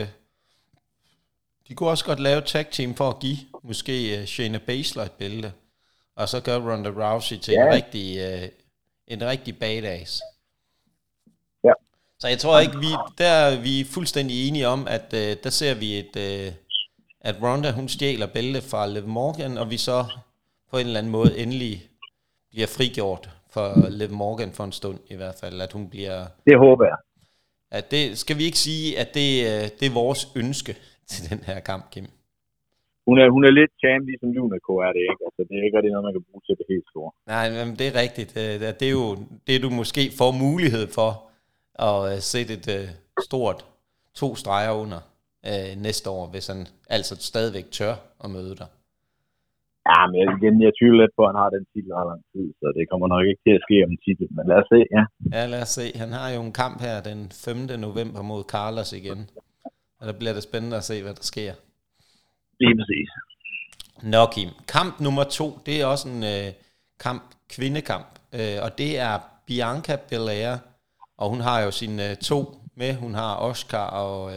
de kunne også godt lave et tag team for at give måske Shayna Baszler et bælte, og så gøre Ronda Rousey til en rigtig badass. Ja. Så jeg tror ikke, vi er fuldstændig enige om, at der ser vi at Ronda, hun stjæler bælte fra Liv Morgan, og vi så på en eller anden måde endelig bliver frigjort for Liv Morgan for en stund i hvert fald, at hun bliver... Det håber jeg. At det, skal vi ikke sige, at det er vores ønske til den her kamp, Kim? Hun er lidt champ, ligesom Junako er det, ikke? Altså, det er ikke noget, man kan bruge til det helt store. Nej, men det er rigtigt. Det er jo det, du måske får mulighed for at sætte et stort 2 streger under næste år, hvis han altså stadigvæk tør at møde dig. Ja, men jeg tvivler lidt på, at han har den titel ret lang tid, så det kommer nok ikke til at ske om titlen, men lad os se, ja. Ja, lad os se. Han har jo en kamp her den 5. november mod Carlos igen, og der bliver det spændende at se, hvad der sker. Lige præcis. Nå, Kim. Kamp nummer 2, det er også en kvindekamp, og det er Bianca Belair, og hun har jo sine 2 med. Hun har Oscar og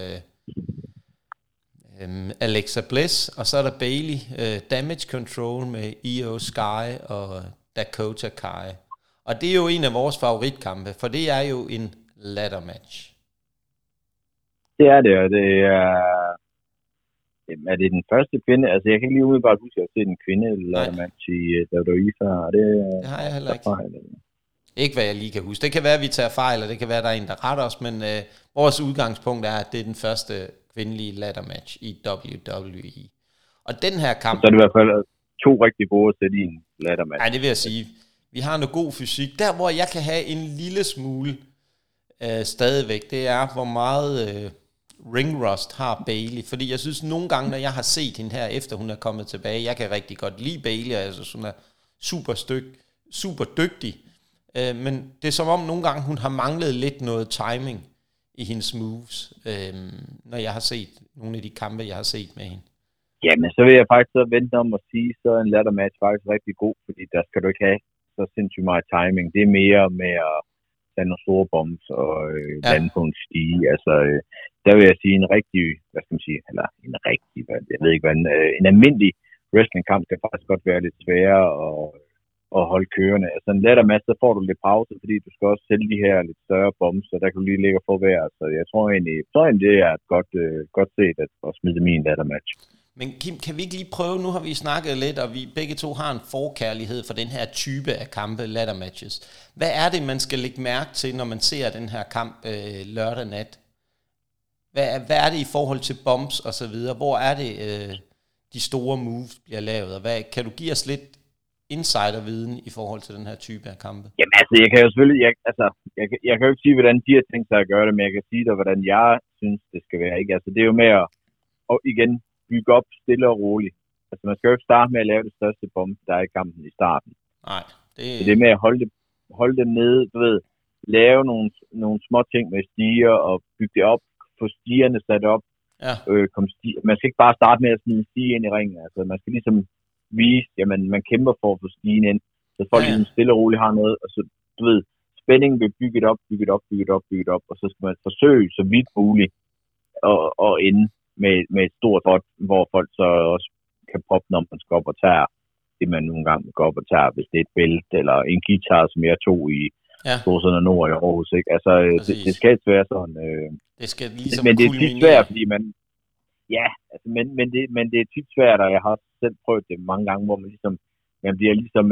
Alexa Bliss, og så er der Bayley, Damage Control med Io Sky og Dakota Kai. Og det er jo en af vores favoritkampe, for det er jo en ladder match. Det er det, og det er det den første kvinde? Altså, jeg kan ikke lige umiddelbart huske, at jeg har set en kvinde ladder match i WWE før, og det har jeg heller ikke. Ikke hvad jeg lige kan huske. Det kan være, at vi tager fejl, og det kan være, at der er en, der retter os, men vores udgangspunkt er, at det er den første kvindelige ladder match i WWE. Og den her kamp... Så er det i hvert fald 2 rigtig gode sæt i en ladder match. Nej, det vil jeg sige. Vi har noget god fysik. Der, hvor jeg kan have en lille smule stadigvæk, det er, hvor meget ring rust har Bayley. Fordi jeg synes, nogle gange, når jeg har set hende her, efter hun er kommet tilbage, jeg kan rigtig godt lide Bayley, altså hun er super dygtig. Men det er som om, nogle gange, hun har manglet lidt noget timing i hendes moves, når jeg har set nogle af de kampe, jeg har set med hende. Jamen, så vil jeg faktisk så vente om at sige, så er en ladder match faktisk rigtig god, fordi der skal du ikke have så sindssygt meget timing. Det er mere med at tage nogle store bombs og lande på en stige. Altså, der vil jeg sige en rigtig, hvad skal man sige, eller en rigtig, jeg ved ikke hvad, en almindelig wrestlingkamp kan faktisk godt være lidt sværere at holde kørende. Altså en lettere match, så får du lidt pause, fordi du skal også sælge de her lidt større bombs, så der kan du lige ligge og få vejr. Så jeg tror egentlig det er et godt set at smide min letter match. Men Kim, kan vi ikke lige prøve, nu har vi snakket lidt, og vi begge to har en forkærlighed for den her type af kampe, ladder matches. Hvad er det, man skal lægge mærke til, når man ser den her kamp lørdag nat? Hvad er det i forhold til bombs og så videre? Hvor er det, de store moves bliver lavet? Og kan du give os lidt insiderviden i forhold til den her type af kampe? Jamen altså, jeg kan jo selvfølgelig, jeg kan jo ikke sige, hvordan de har tænkt sig at gøre det, men jeg kan sige dig, hvordan jeg synes, det skal være. Ikke? Altså, det er jo med at igen bygge op stille og roligt. Altså, man skal jo ikke starte med at lave det største bombe, der er i kampen i starten. Nej. Det er med at holde det nede, du ved, lave nogle små ting med stiger og bygge det op, få stigerne sat op. Ja. Man skal ikke bare starte med at smide stige ind i ringen. Altså, man skal ligesom vise, jamen, man kæmper for at få stigen ind, så folk ligesom stille og roligt har noget, og så, du ved, spændingen bliver bygget op, og så skal man forsøge så vidt muligt at ende med et stort hot, hvor folk så også kan poppe, når man skal op og tage det, man nogle gange går op og tager, hvis det er et bælte, eller en guitar, som jeg tog i Storcenter og Nord i Aarhus, ikke? Altså, det skal ikke være sådan. Det skal ligesom men det er tit svært, fordi man... Ja, altså, men det er tit svært, og jeg har selv prøvet det mange gange, hvor man bliver ligesom...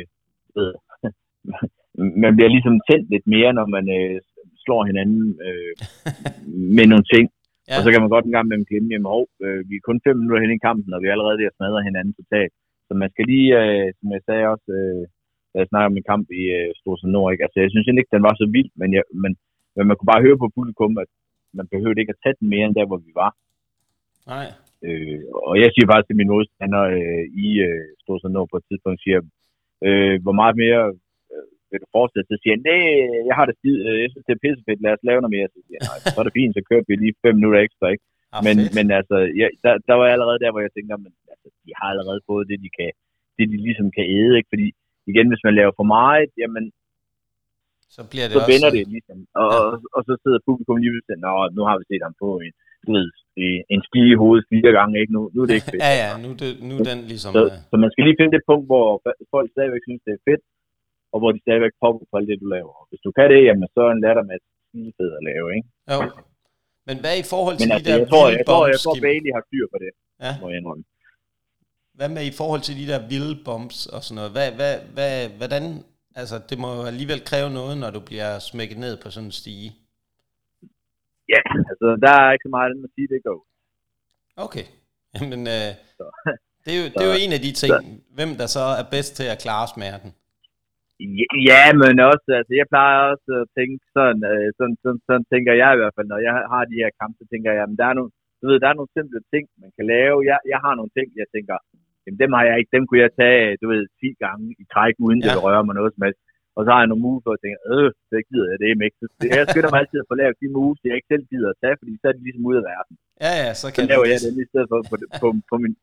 man bliver ligesom tændt lidt mere, når man slår hinanden med nogle ting. Ja. Og så kan man godt en gang med dem glemme, vi er kun 5 minutter hen i kampen, og vi er allerede ved at smadre hinanden totalt. Så man skal lige, som jeg sagde også, da jeg snakkede om en kamp i Storcenter Nord, ikke? Altså, jeg synes ikke, den var så vild, men man kunne bare høre på publikum, at man behøvede ikke at tage den mere, end der, hvor vi var. Nej. Og jeg siger faktisk til min modstander i Storcenter Nord på et tidspunkt, siger, hvor meget mere vil du fortsætte? Så siger jeg, nej, jeg har det skid, jeg synes, det er pissefedt, lad os lave noget mere. Så siger jeg, nej, så er det fint, så kører vi lige 5 minutter ekstra, ikke? Men altså, der var jeg allerede der, hvor jeg tænkte, men altså, de har allerede fået det, de ligesom kan æde, ikke? Fordi igen, hvis man laver for meget, jamen, så bliver det så også... vender det ligesom. Og så sidder publikum lige ved og nu har vi set ham på en ski i hovedet 4 gange, ikke? Nu er det ikke fedt. Ja, nu er den ligesom... Så man skal lige finde det punkt, hvor folk stadigvæk synes, det er fedt, og hvor de stadigvæk popper på alt det, du laver. Hvis du kan det, jamen, så er en latter med skide fed at lave, ikke? Jo. Men hvad i forhold til altså, de der jeg tror Bailey har styr på det, må jeg indrømme. Hvad med i forhold til de der vilde bombs og sådan noget? Hvordan... Altså, det må jo alligevel kræve noget, når du bliver smækket ned på sådan en stige. Ja, altså, der er ikke så meget andet at sige, det går. Okay. Jamen, det er jo en af de ting, hvem der så er bedst til at klare smerten. Ja, men også, altså, jeg plejer også at tænke sådan tænker jeg i hvert fald, når jeg har de her kampe, så tænker jeg, jamen, der er nogle simple ting, man kan lave. Jeg har nogle ting, jeg tænker, jamen, dem har jeg ikke, dem kunne jeg tage, 10 gange i træk, uden det rører mig noget som helst. Og så har jeg nogle moves, hvor jeg tænker, det gider jeg det ikke. Jeg skynder mig altid at få lavet de moves, jeg ikke selv gider at tage, fordi så er de ligesom ude af verden. Ja, så kan så laver jeg det i stedet for på min,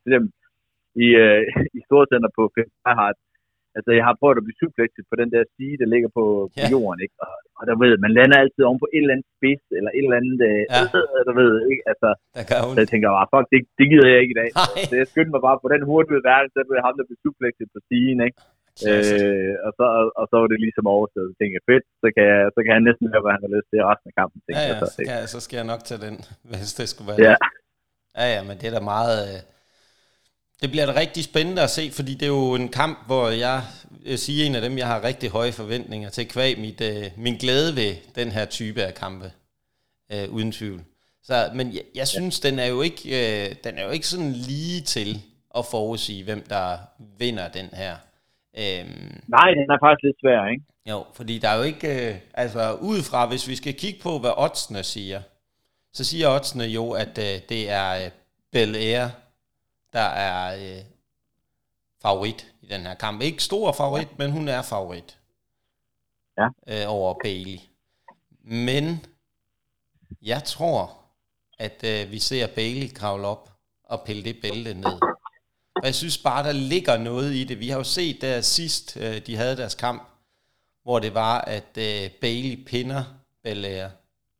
i Storcenter på Fireheart. Altså, jeg har prøvet at blive suplexet på den der stige, der ligger på jorden, ikke? Og der ved man lander altid oven på et eller andet spids, eller et eller andet, der ved, ikke? Altså, så jeg tænker, fuck, det gider jeg ikke i dag. Så jeg skyndte mig bare på den hurtige verden, så blev ham, der blev suplexet på stigen, ikke? Og så var det ligesom overstået. Så tænkte jeg, fedt, så kan han næsten lave, hvad han har lyst til resten af kampen. Så skal jeg nok tage den, hvis det skulle være det. Ja, men det er da meget... Det bliver da rigtig spændende at se, fordi det er jo en kamp, hvor jeg siger en af dem, jeg har rigtig høje forventninger til kvæg min glæde ved den her type af kampe, uden tvivl. Men jeg synes, den er jo ikke sådan lige til at forudsige, hvem der vinder den her. Nej, den er faktisk lidt svær, ikke? Jo, fordi der er jo ikke, udefra, hvis vi skal kigge på, hvad oddsene siger, så siger oddsene jo, at det er Belair, der er favorit i den her kamp. Ikke stor favorit, men hun er favorit over Bailey. Men jeg tror, at vi ser Bailey kravle op og pille det bælte ned. Og jeg synes bare, der ligger noget i det. Vi har jo set der sidst, de havde deres kamp, hvor det var, at Bailey pinder Belair.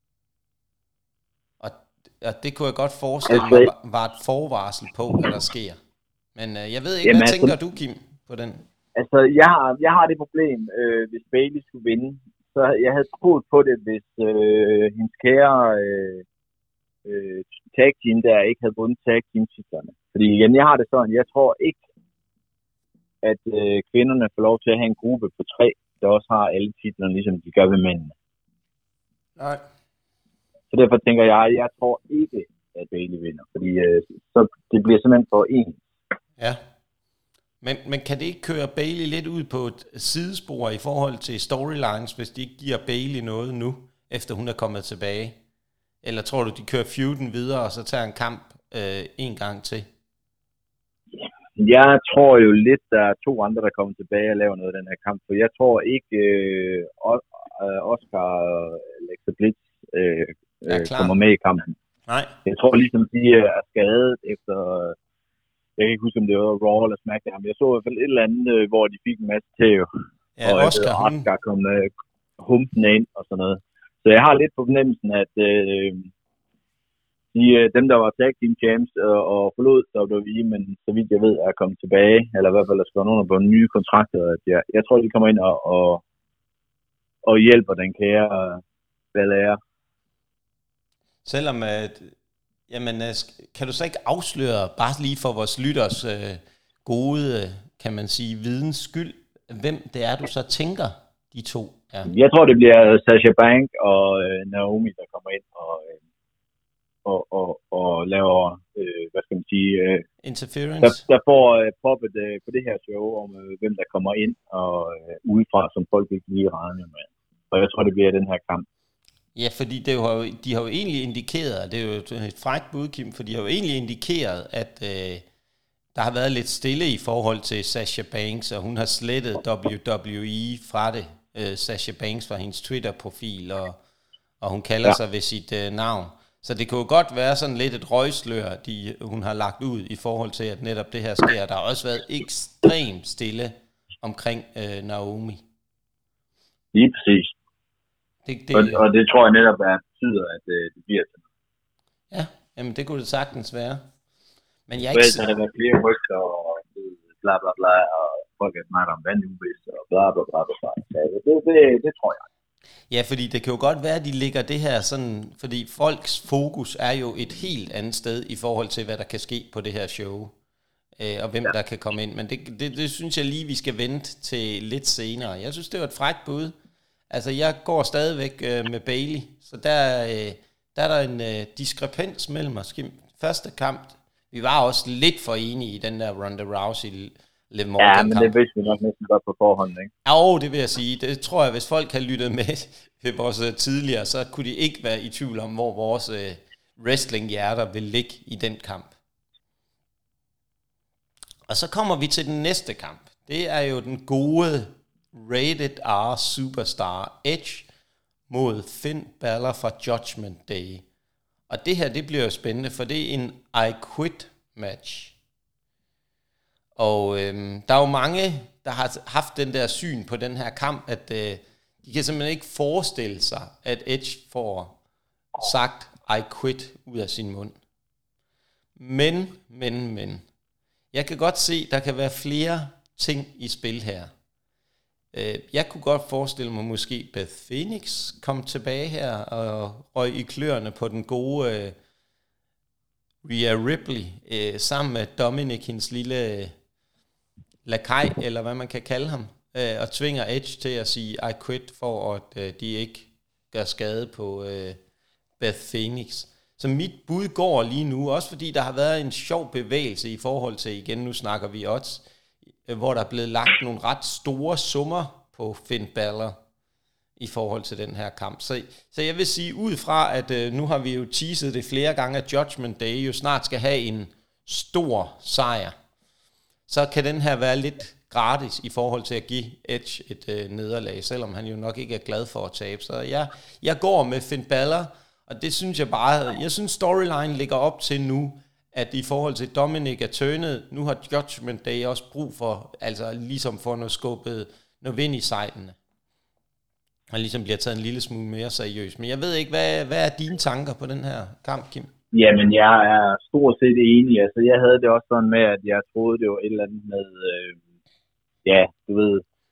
Og det kunne jeg godt forestille mig var et forvarsel på, hvad der sker. Men jeg ved ikke, hvad tænker du, Kim, på den? Altså, jeg har det problem, hvis Bailey skulle vinde. Så jeg havde troet på det, hvis hendes kære tag team der ikke havde vundet tag team titlerne. Fordi igen, jeg har det sådan, jeg tror ikke, at kvinderne får lov til at have en gruppe på 3, der også har alle titlerne, ligesom de gør ved mændene. Nej. Så derfor tænker jeg tror ikke, at Bailey vinder. Fordi så det bliver simpelthen for en. Ja. Men kan det ikke køre Bailey lidt ud på et sidespor i forhold til storylines, hvis de ikke giver Bailey noget nu, efter hun er kommet tilbage? Eller tror du, de kører feuden videre, og så tager en kamp en gang til? Jeg tror jo lidt, der er 2 andre, der kommer tilbage og laver noget af den her kamp. For jeg tror ikke, Oscar og Alexa Bliss kommer med i kampen. Nej. Jeg tror ligesom, de er skadet efter... Jeg kan ikke huske, om det var Raw eller SmackDown, men jeg så i hvert fald et eller andet, hvor de fik en masse tæv. Ja, og Oscar kom humpende ind og sådan noget. Så jeg har lidt på fornemmelsen, at dem, der var tag team champs og forlod WWE, men så vidt jeg ved, er kommet tilbage, eller i hvert fald er skrevet under på nye kontrakter. At jeg tror, de kommer ind og hjælper den kære Belair. Selvom jamen, kan du så ikke afsløre, bare lige for vores lytters gode, kan man sige, videns skyld, hvem det er, du så tænker, de to er? Jeg tror, det bliver Sasha Banks og Naomi, der kommer ind og laver, hvad skal man sige, interference. Der får poppet på det her show om, hvem der kommer ind og udefra, som folk ikke lige regner med. Og jeg tror, det bliver den her kamp. Ja, fordi de har jo egentlig indikeret, det er jo et frækt bud, Kim, for de har jo egentlig indikeret, at der har været lidt stille i forhold til Sasha Banks, og hun har slettet WWE fra det. Sasha Banks fra hendes Twitter-profil, og hun kalder sig ved sit navn. Så det kunne jo godt være sådan lidt et røgslør, hun har lagt ud i forhold til, at netop det her sker. Der har også været ekstremt stille omkring Naomi. Lige præcis. Og det tror jeg netop betyder, at det bliver sådan. Ja, jamen det kunne det sagtens være. Men jeg ikke... Der har været flere rygter og bla bla bla, og folk er meget om vandhubis og bla bla bla bla. Det tror jeg. Ja, fordi det kan jo godt være, at de lægger det her sådan, fordi folks fokus er jo et helt andet sted i forhold til, hvad der kan ske på det her show, og hvem der kan komme ind. Men det synes jeg lige, vi skal vente til lidt senere. Jeg synes, det var et frækt bud. Altså, jeg går stadigvæk med Bailey, så der er der en diskrepans mellem os. Første kamp, vi var også lidt for enige i den der Ronda Rousey Liv Morgan kamp. Ja, men det vidste vi nok næsten godt på forhånd, ikke? Ja, det vil jeg sige. Det tror jeg, hvis folk har lyttet med ved vores tidligere, så kunne de ikke være i tvivl om, hvor vores wrestling-hjerter vil ligge i den kamp. Og så kommer vi til den næste kamp. Det er jo den gode Rated R Superstar Edge mod Finn Balor fra Judgment Day. Og det her, det bliver jo spændende, for det er en I Quit match. Og der er jo mange, der har haft den der syn på den her kamp, at de kan simpelthen ikke forestille sig, at Edge får sagt I quit ud af sin mund. Men. Jeg kan godt se, der kan være flere ting i spil her. Jeg kunne godt forestille mig, måske Beth Phoenix kom tilbage her og røg i kløerne på den gode Rhea Ripley, sammen med Dominic, hendes lille lakaj, eller hvad man kan kalde ham, og tvinger Edge til at sige I quit, for at de ikke gør skade på Beth Phoenix. Så mit bud går lige nu, også fordi der har været en sjov bevægelse i forhold til, igen nu snakker vi odds, hvor der er blevet lagt nogle ret store summer på Finn Balor i forhold til den her kamp. Så jeg vil sige, ud fra at nu har vi jo teaset det flere gange, at Judgment Day jo snart skal have en stor sejr, så kan den her være lidt gratis i forhold til at give Edge et nederlag, selvom han jo nok ikke er glad for at tabe. Så jeg går med Finn Balor, og det synes jeg bare, jeg synes storyline ligger op til nu, at i forhold til Dominic er turnet, nu har Judgment Day også brug for, altså ligesom for noget skubbet, noget vind i sejlene. Og ligesom bliver taget en lille smule mere seriøst. Men jeg ved ikke, hvad er dine tanker på den her kamp, Kim? Jamen, jeg er stort set enig. Altså, jeg havde det også sådan med, at jeg troede, det var et eller andet med... ja, du ved,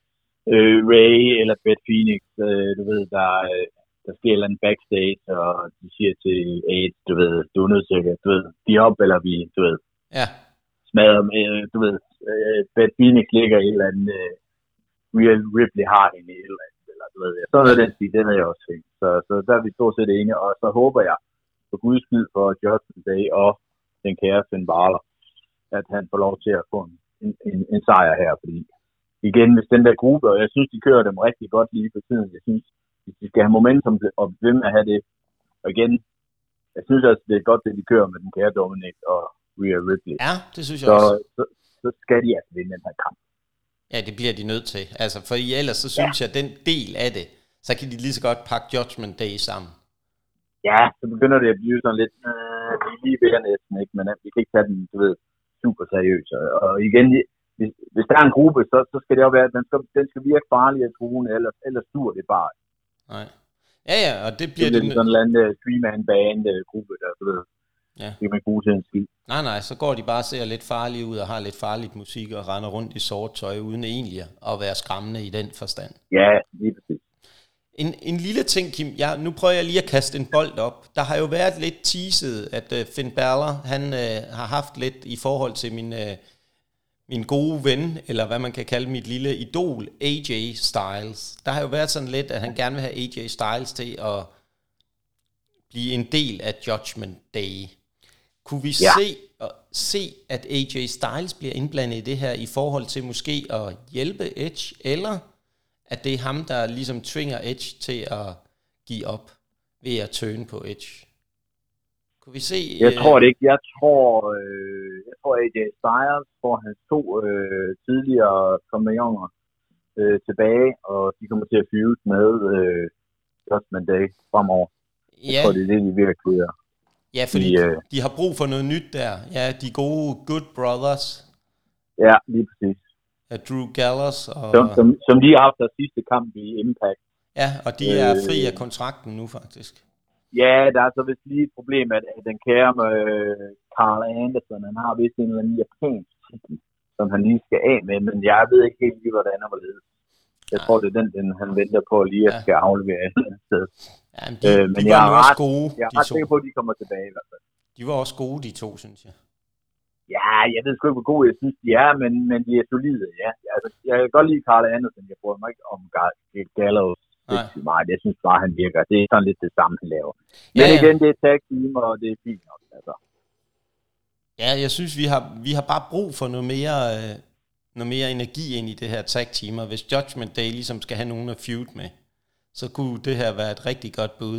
Ray eller Beth Phoenix, du ved, der sker en backstage, og de siger til Aid, du ved, du er nødt til, du ved, de er op, eller vi, du ved, smadrer med, du ved, Beth Phoenix ligger i et eller andet, Real Ripley har hende i et eller andet, eller du ved, så er den stil, den er jeg også fint. Så der er vi stort set enige, og så håber jeg, for guds skyld for Judgment Day og den kære Finn Balor, at han får lov til at få en sejr her, fordi igen, hvis den der gruppe, og jeg synes, de kører dem rigtig godt lige på tiden, jeg synes, hvis de skal have momentum og blive med at have det, og igen, jeg synes også, det er godt, det de kører med den kære Dominic og Rhea Ripley. Ja, det synes jeg også. Så skal de altså vinde den her kamp. Ja, det bliver de nødt til. Altså, for ellers så synes jeg, at den del af det, så kan de lige så godt pakke Judgment Day sammen. Ja, så begynder det at blive sådan lidt, vi er lige ved næsten, ikke? Men vi kan ikke tage den, du ved, super seriøst. Og igen, hvis der er en gruppe, så skal det jo være, at den skal virke farlig at truende, ellers dur det bare. Nej. Ja, og det bliver det. Det er sådan en eller anden three-man-band-gruppe, der, du ved, det er man bruge til en skid. Nej, så går de bare og ser lidt farlige ud og har lidt farligt musik og render rundt i sort tøj, uden egentlig at være skræmmende i den forstand. Ja, lige præcis. En lille ting, Kim, nu prøver jeg lige at kaste en bold op. Der har jo været lidt teaset, at Finn Balor, han har haft lidt i forhold til min gode ven, eller hvad man kan kalde mit lille idol, AJ Styles. Der har jo været sådan lidt, at han gerne vil have AJ Styles til at blive en del af Judgment Day. Kunne vi se, at AJ Styles bliver indblandet i det her i forhold til måske at hjælpe Edge, eller at det er ham, der ligesom tvinger Edge til at give op ved at turne på Edge? Kunne vi se... Jeg tror det ikke. Jeg tror AJ Styles får hans 2 tidligere kompagnoner tilbage, og de kommer til at feud med Judgment Day fremover. Jeg tror, det er det, de virkelig gør. Ja, fordi de har brug for noget nyt der. Ja, de gode Good Brothers. Ja, lige præcis. Drew Gallows og... Som de har haft deres sidste kamp i Impact. Ja, og de er fri af kontrakten nu, faktisk. Ja, der er så vist lige et problem, at den kære med Carl Anderson, han har vist en eller anden japansk titel, som han lige skal af med, men jeg ved ikke helt lige, hvordan han var ledet. Jeg tror, det er den han venter på lige at skal aflevere et eller andet sted. Ja, men de var også gode. Jeg er ret sikker på, at de kommer tilbage i hvert fald. De var også gode, de 2, synes jeg. Ja, jeg ved sgu ikke, hvor gode jeg synes, de er, men de er solide, ja. Altså, jeg kan godt lide Carl Anderson, jeg bryder mig ikke om Gallows. Jeg synes bare, han virker. Det er sådan lidt det samme, han laver. Men igen, det er tag team, og det er fint nok, altså. Ja, jeg synes, vi har bare brug for noget mere energi ind i det her tag team, og hvis Judgment Day ligesom skal have nogen at feud med, så kunne det her være et rigtig godt bud.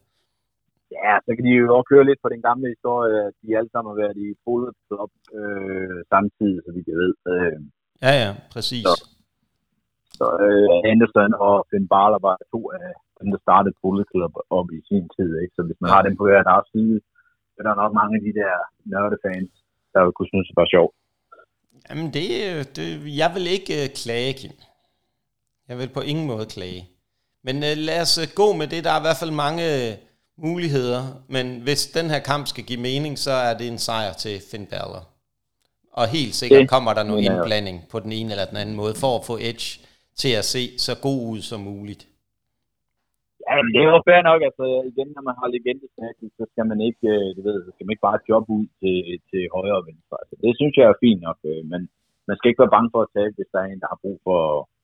Ja, så kan de jo også køre lidt på den gamle historie, at de alle sammen har været i Bullet Club samtidig, så vidt jeg ved. Ja, præcis. Så Anderson og Finn Balor var 2 af dem, der startede Bullet Club op i sin tid, ikke? Så hvis man har dem på hver deres side, så er der nok mange af de der nørdefans, der vil kunne synes, det var sjovt. Jamen jeg vil ikke klage, Kim. Jeg vil på ingen måde klage. Men lad os gå med det. Der er i hvert fald mange muligheder, men hvis den her kamp skal give mening, så er det en sejr til Finn Balor. Og helt sikkert kommer der noget indblanding på den ene eller den anden måde, for at få Edge til at se så god ud som muligt. Ja, men det er jo fair nok, altså igen, når man har legendestatus, så skal man ikke, skal man ikke bare jobbe ud til højre og venstre. Altså, det synes jeg er fint nok, men man skal ikke være bange for at tabe, hvis der er en, der har brug for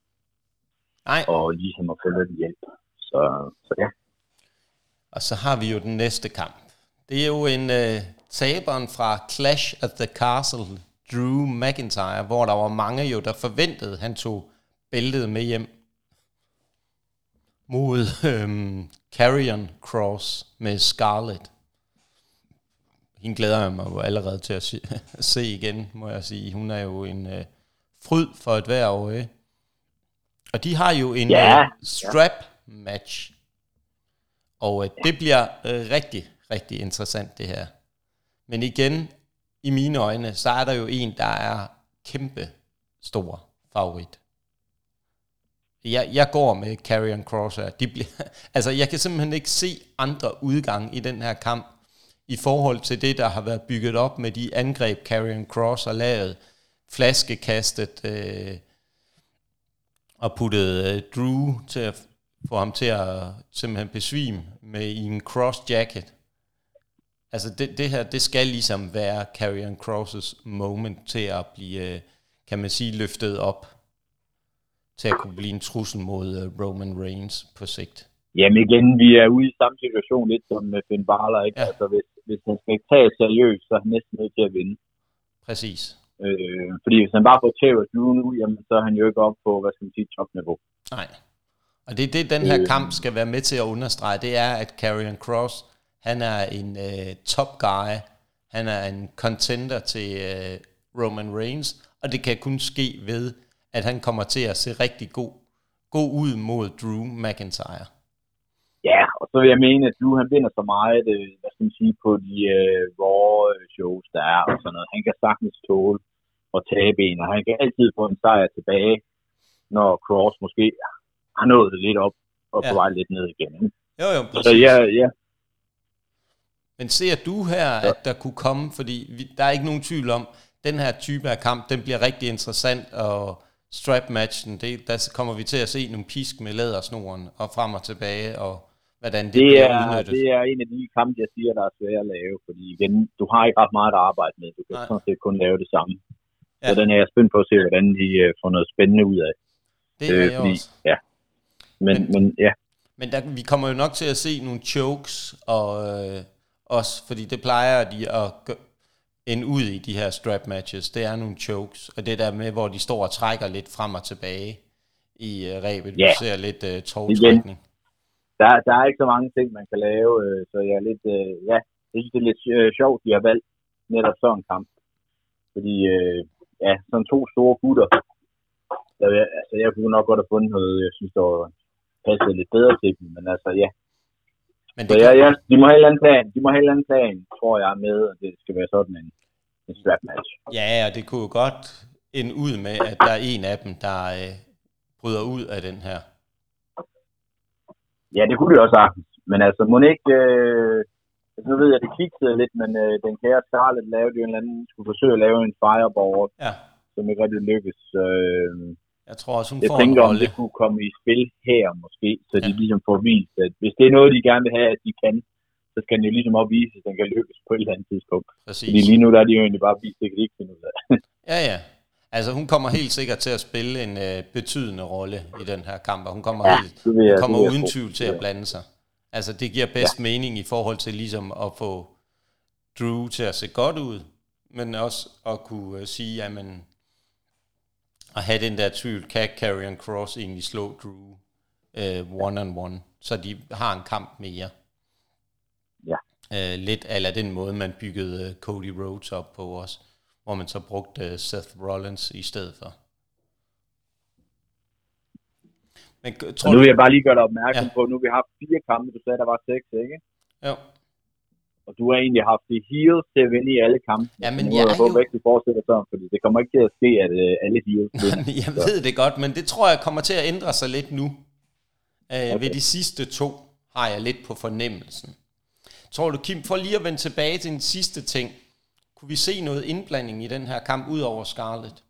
og ligesom at få lidt hjælp. Så ja. Og så har vi jo den næste kamp. Det er jo en taberen fra Clash at the Castle, Drew McIntyre, hvor der var mange jo, der forventede, han tog bæltet med hjem mod Karrion Kross med Scarlett. Hende glæder jeg mig jo allerede til at se igen, må jeg sige. Hun er jo en fryd for et hver øje. Og de har jo en strap match. Og det bliver rigtig, rigtig interessant det her. Men igen, i mine øjne, så er der jo en, der er kæmpe stor favorit. Jeg går med Karrion Kross her. Altså, jeg kan simpelthen ikke se andre udgang i den her kamp, i forhold til det, der har været bygget op med de angreb, Karrion Kross har lavet, flaskekastet, og puttede Drew til at få ham til at simpelthen besvime i en cross jacket. Altså det her, det skal ligesom være Karrion Kross' moment til at blive, kan man sige, løftet op. Til at kunne blive en trussel mod Roman Reigns på sigt. Jamen igen, vi er ude i samme situation lidt som med Finn Balor, ikke? Ja. Altså hvis han skal tage seriøst, så er han næsten nødt til at vinde. Præcis. Fordi hvis han bare får tæv af Drew nu, jamen så er han jo ikke op på, hvad skal man sige, topniveau. Nej. Og det er det, den her kamp skal være med til at understrege, det er, at Karrion Kross, han er en top guy, han er en contender til Roman Reigns, og det kan kun ske ved, at han kommer til at se rigtig god ud mod Drew McIntyre. Ja, og så vil jeg mene, at Drew han vinder så meget, hvad skal man sige, på de Raw shows, der er og sådan noget. Han kan sagtens tåle og tabe en, og han kan altid få en sejr tilbage, når Kross måske har nået det lidt op og på vej lidt ned igen. Jo, præcis. Så ja. Men ser du her, at der kunne komme, fordi der er ikke nogen tvivl om, den her type af kamp, den bliver rigtig interessant, og strap-matchen, der kommer vi til at se nogle pisk med lædersnoren, og frem og tilbage, og hvordan det bliver udnyttet. Det er en af de kampe, jeg siger, der er svære at lave, fordi igen, du har ikke ret meget at arbejde med, du kan sådan set kun lave det samme. Ja. Så den er jeg spændt på at se, hvordan de får noget spændende ud af. Det er jeg også. Ja. Men ja. Men vi kommer jo nok til at se nogle chokes, og også, fordi det plejer de at ende ud i de her strap matches, det er nogle chokes, og det der med, hvor de står og trækker lidt frem og tilbage i rebet, vi ser lidt tovtrækning. Der er ikke så mange ting, man kan lave, så jeg er lidt, jeg synes, det er lidt sjovt, de har valgt netop sådan en kamp. Fordi, sådan to store gutter, jeg kunne nok godt have fundet noget, jeg synes, der passede lidt bedre til dem, men altså, ja. Men så de må have en eller anden plan, tror jeg, med, at det skal være sådan en strap match. Ja, og det kunne jo godt ende ud med, at der er en af dem, der bryder ud af den her. Ja, det kunne det også sagtens. Men altså, må ikke... nu ved jeg, det kiksede lidt, men den kære Scarlett lavede jo en eller anden... skulle forsøge at lave en fireboard, som ikke rigtig lykkes. Jeg tror også, hun får en rolle. Jeg tænker, om det kunne komme i spil her, måske, så de ligesom får vist, at hvis det er noget, de gerne vil have, at de kan, så skal den jo ligesom opvise, at den kan lykkes på et eller andet tidspunkt. Præcis. Fordi lige nu, der er de jo egentlig bare vist, det kan de ikke finde ud af. Ja. Altså, hun kommer helt sikkert til at spille en betydende rolle i den her kamp, og hun kommer, kommer uden tvivl til at blande sig. Altså, det giver bedst mening i forhold til ligesom at få Drew til at se godt ud, men også at kunne sige, jamen, at have den der tvivl, kan Karrion Kross egentlig slå Drew one-on-one, så de har en kamp mere. Ja. Lidt eller den måde, man byggede Cody Rhodes op på også, hvor man så brugte Seth Rollins i stedet for. Men, nu vil jeg bare lige gøre dig opmærksom på, nu vi har 4 kampe, du sagde, der var 6, ikke? Jo. Og du har egentlig haft det heels til at vinde i alle kampe. Ja, men jeg håber ikke, det fortsætter sådan, fordi det kommer ikke til at ske, at alle heels vinder. Jeg ved det godt, men det tror jeg kommer til at ændre sig lidt nu. Ved de sidste 2 har jeg lidt på fornemmelsen. Tror du, Kim, for lige at vende tilbage til den sidste ting, kunne vi se noget indblanding i den her kamp ud over Scarlett?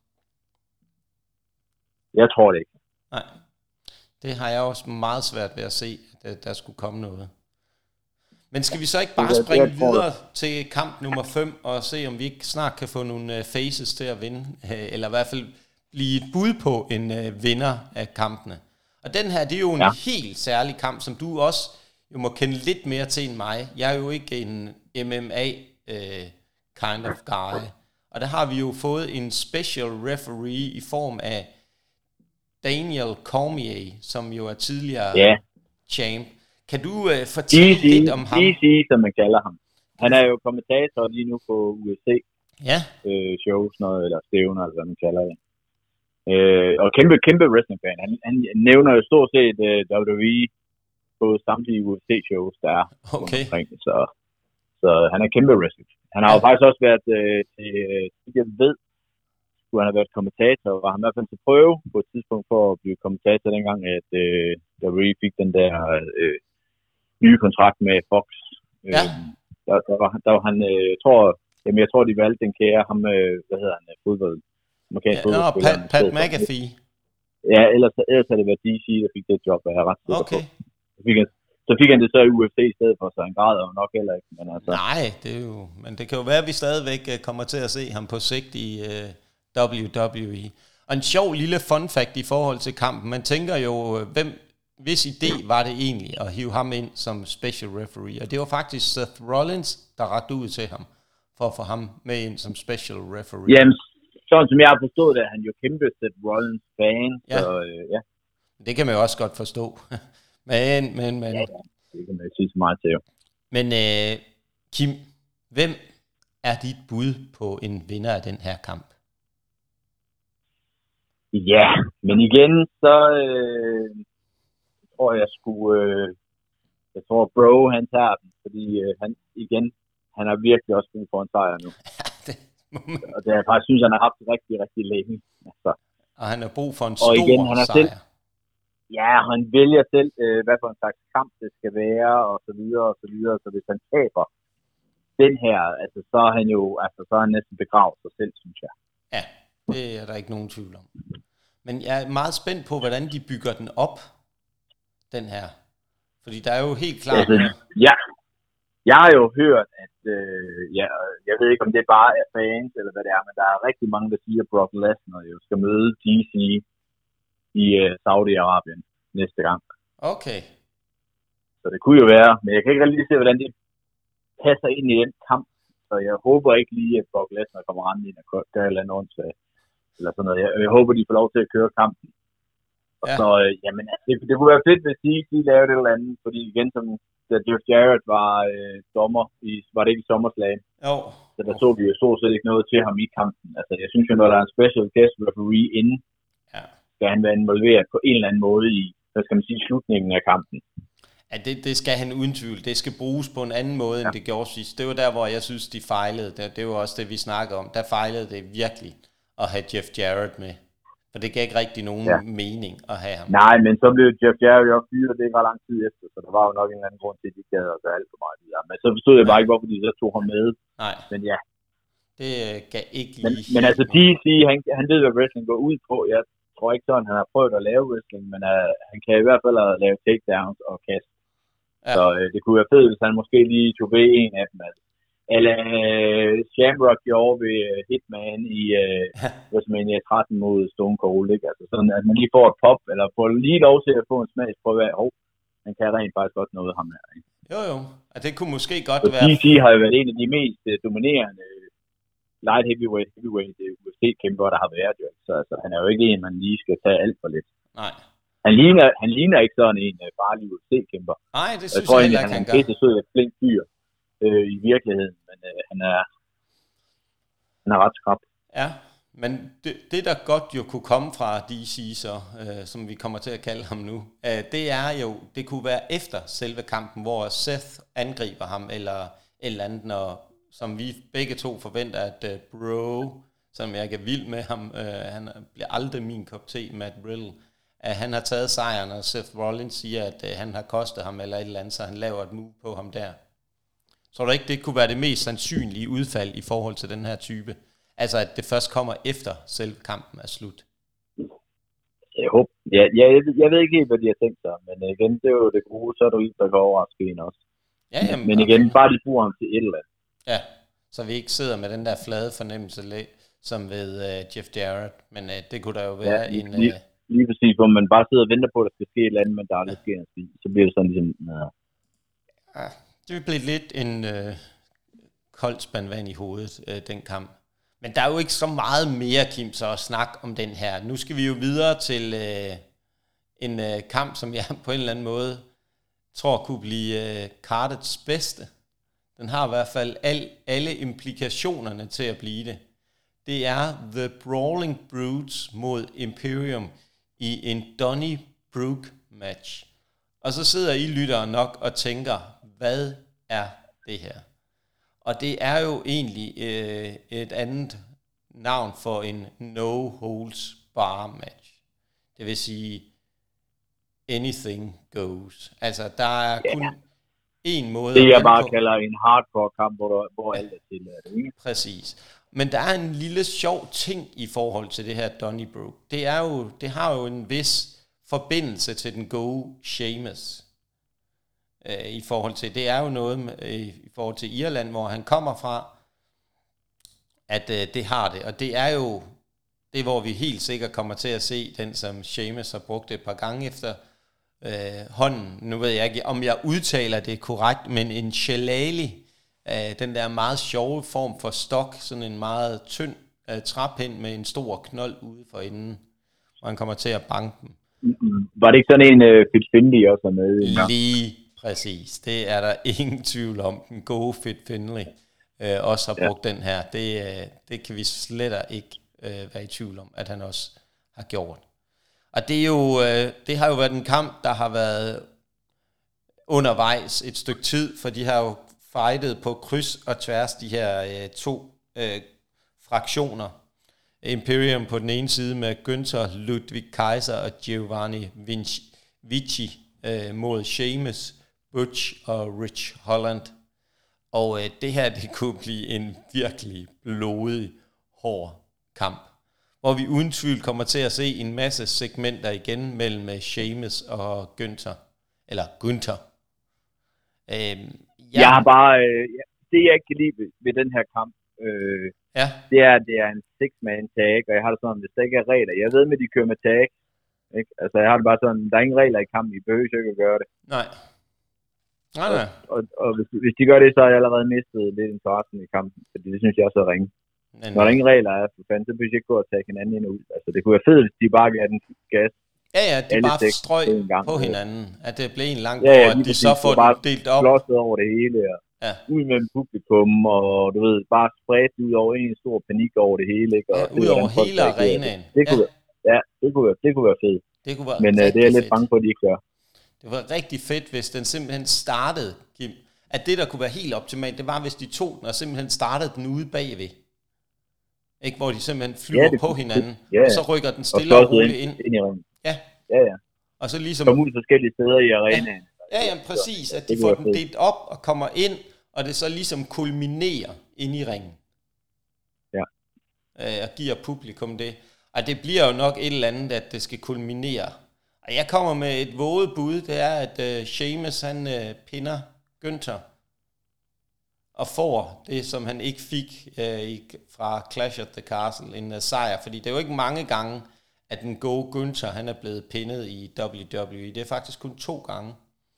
Jeg tror det ikke. Nej. Det har jeg også meget svært ved at se, at der skulle komme noget. Men skal vi så ikke bare springe videre til kamp nummer 5, og se, om vi ikke snart kan få nogle faces til at vinde, eller i hvert fald blive et bud på en vinder af kampene. Og den her, det er jo en helt særlig kamp, som du også jo må kende lidt mere til end mig. Jeg er jo ikke en MMA kind of guy. Og der har vi jo fået en special referee i form af Daniel Cormier, som jo er tidligere champ. Kan du fortælle lidt om ham? DC, som man kalder ham. Han er jo kommentator lige nu på UFC. Ja. Shows, noget, eller stævner, eller hvad man kalder det. Og kæmpe wrestling-fan. Han nævner jo stort set WWE på samtlige UFC-shows, der er omkring. Så han er kæmpe wrestling. Han har jo faktisk også været jeg ved, skulle han have været kommentator, var han i hvert fald til prøve på et tidspunkt for at blive kommentator dengang, at WWE fik den der nye kontrakt med Fox. Ja. Der var han, jeg tror, de valgte den kære, ham, hvad hedder han, fodbold. Pat McAfee. Ja, ellers havde det været DC, der fik det job, og jeg er ret sikker Okay. på. Så fik han det så i UFC i stedet for, så han græder jo nok heller ikke. Men altså. Nej, det er jo... Men det kan jo være, at vi stadigvæk kommer til at se ham på sigt i WWE. Og en sjov lille fun fact i forhold til kampen. Man tænker jo, hvis idé var det egentlig at hive ham ind som special referee. Og det var faktisk Seth Rollins, der rakte ud til ham, for at få ham med ind som special referee. Jamen, sådan som jeg har forstået det, er han jo kæmpe Seth Rollins fan. Ja. Så ja. Det kan man jo også godt forstå. men. Ja, det kan man jo sige så meget til jo. Men Kim, hvem er dit bud på en vinder af den her kamp? Ja, men igen, så tror jeg jeg tror Bro, han tager den, fordi han har virkelig også brug for en sejr nu. Og det jeg faktisk synes, han har haft rigtig, rigtig længe. Altså. Og han har brug for en stor sejr. Selv, ja, han vælger selv, hvad for en slags kamp det skal være, og så videre, og så videre. Så hvis han taber den her, altså, så er han næsten begravet sig selv, synes jeg. Ja, det er der ikke nogen tvivl om. Men jeg er meget spændt på, hvordan de bygger den op, den her. Fordi der er jo helt klart... Altså, ja, jeg har jo hørt, at jeg ved ikke, om det bare er fans, eller hvad det er, men der er rigtig mange, der siger, at Brock Lesnar jo skal møde DC i Saudi-Arabien næste gang. Okay. Så det kunne jo være, men jeg kan ikke rigtig se, hvordan det passer ind i den kamp. Så jeg håber ikke lige, at Brock Lesnar kommer rendende ind og gør et eller andet åndssvagt. Eller sådan noget. Jeg håber, de får lov til at køre kampen. Og så, jamen, det kunne være fedt, hvis de lavede et eller andet, fordi igen, som da Jeff Jarrett var dommer var det ikke i SummerSlam? Jo. Så der så vi jo stort set ikke noget til ham i kampen. Altså, jeg synes jo, når der er en special guest referee inden, skal han være involveret på en eller anden måde i, hvad skal man sige, slutningen af kampen. Ja, det skal han uden tvivl. Det skal bruges på en anden måde, end det gjorde sidst. Det var der, hvor jeg synes, de fejlede. Det var også det, vi snakkede om. Der fejlede det virkelig at have Jeff Jarrett med. For det gav ikke rigtig nogen mening at have ham. Nej, men så blev Jeff Jarrett jo fyret, det ikke var lang tid efter, så der var jo nok en eller anden grund til, at de gad at gøre alt for meget videre. Men så forstod jeg bare ikke, hvorfor de så tog ham med. Nej. Men ja. Det gav ikke lige... Men altså DC, han ved, hvad wrestling går ud på. Jeg tror ikke sådan, han har prøvet at lave wrestling, men han kan i hvert fald lave takedowns og kast. Ja. Så det kunne være fedt, hvis han måske lige tog ved en af dem. Altså. Eller Shamrock gjorde ved Hitman i WrestleMania 13 mod Stone Cold, ikke? Altså sådan, at man lige får et pop, eller får lige lov til at få en smags på, hvad han kan rent faktisk godt noget ham her, ikke? Jo, og det kunne måske godt og være... DC har jo været en af de mest dominerende light heavyweight UFC-kæmper, der har været, jo. Så altså, han er jo ikke en, man lige skal tage alt for lidt. Nej. Han ligner ikke sådan en farlig UFC-kæmper. Nej, det synes jeg heller ikke, han gør. Jeg tror egentlig, han er en pisse sød og flink fyr i virkeligheden, men han er ret skrab. Ja, men det der godt jo kunne komme fra DC, så, som vi kommer til at kalde ham nu, det er jo, det kunne være efter selve kampen, hvor Seth angriber ham, eller et eller andet, som vi begge to forventer, at Bro, som jeg er vild med ham, han bliver aldrig min kop te, Matt Riddle, at han har taget sejren, og Seth Rollins siger, at han har kostet ham eller et eller andet, så han laver et move på ham der. Tror du ikke, det kunne være det mest sandsynlige udfald i forhold til den her type? Altså, at det først kommer efter selve kampen er slut? Jeg håber. Jeg ved ikke helt, hvad de har tænkt sig, men igen, det er jo det gode, så er du ikke, der går overraske en også. Ja, jamen, men igen, bare de bruger ham til et eller andet. Ja, så vi ikke sidder med den der flade fornemmelse, som ved Jeff Jarrett, men det kunne der jo være lige præcis, hvor man bare sidder og venter på, at der skal ske et eller andet, men der aldrig sker noget. Så bliver det sådan ligesom... Ja, det blev lidt en kold spand vand i hovedet, den kamp. Men der er jo ikke så meget mere, Kim, så at snakke om den her. Nu skal vi jo videre til en kamp, som jeg på en eller anden måde tror kunne blive Cardets bedste. Den har i hvert fald alle implikationerne til at blive det. Det er The Brawling Brutes mod Imperium i en Donnybrook match. Og så sidder I lyttere nok og tænker, hvad er det her? Og det er jo egentlig et andet navn for en no holds bar match. Det vil sige, anything goes. Altså, der er kun én måde... Det jeg bare kalder en hardcore kamp, hvor alt er tilladt, ikke? Præcis. Men der er en lille sjov ting i forhold til det her Donnybrook. Det har jo en vis forbindelse til den gode Sheamus. I forhold til, det er jo noget i forhold til Irland, hvor han kommer fra, at det har det. Og det er jo det, hvor vi helt sikkert kommer til at se den, som Sheamus har brugt et par gange efter hånden. Nu ved jeg ikke, om jeg udtaler det korrekt, men en shillelagh, den der meget sjove form for stok, sådan en meget tynd træpind med en stor knold ude for enden, hvor han kommer til at banke dem. Var det ikke sådan en Fit Finlay også med? Lige præcis. Det er der ingen tvivl om. Den gode Fit Finlay også har brugt den her. Det kan vi slet ikke være i tvivl om, at han også har gjort. Og det er jo, det har jo været en kamp, der har været undervejs et stykke tid, for de har jo fightet på kryds og tværs de her to fraktioner. Imperium på den ene side med Günther, Ludwig Kaiser og Giovanni Vinci mod Sheamus, Butch og Rich Holland. Og det her, det kunne blive en virkelig blodig, hård kamp, hvor vi uden tvivl kommer til at se en masse segmenter igen mellem Sheamus og Günther. Eller Günther. Jeg har bare... det jeg ikke kan lide ved den her kamp, det er, at det er en six-man tag, og jeg har det sådan, hvis der ikke er regler. Jeg ved med, de kører med tag. Ikke? Altså, jeg har det bare sådan, der er ingen regler i kampen, I behøver ikke at gøre det. Nej. Og hvis de gør det, så har jeg allerede mistet lidt interessen i kampen, fordi det synes jeg er så ringe. Når der ingen regler er, for fanden, så behøver jeg ikke gå og tage hinanden ind og ud. Altså, det kunne være fedt, hvis de bare gav den gas. Ja, de bare strøg på hinanden. At det blev en lang og at de så får den delt op. Flosset over det hele, og ud med publikum, og du ved, bare spredt ud over en stor panik over det hele. Ikke? Og ud over hele arenaen. Det kunne være fedt. Men det er jeg lidt bange for, at de ikke gør. Det var rigtig fedt, hvis den simpelthen startede, Kim. At det, der kunne være helt optimalt, det var, hvis de tog den og simpelthen startede den ude bagved. Ikke, hvor de simpelthen flyver på hinanden, og så rykker den stille og roligt ind i ringen. Ja. Og så ligesom... Kom ud forskellige steder i arenaen. Ja, præcis. At de får den delt op og kommer ind, og det så ligesom kulminerer ind i ringen. Ja. Og giver publikum det. Og det bliver jo nok et eller andet, at det skal kulminere. Og jeg kommer med et våget bud, det er, at Sheamus, han pinder Günther og får det, som han ikke fik fra Clash at the Castle, en sejr. Fordi det er jo ikke mange gange, at den gode Günther, han er blevet pindet i WWE. Det er faktisk kun 2 gange,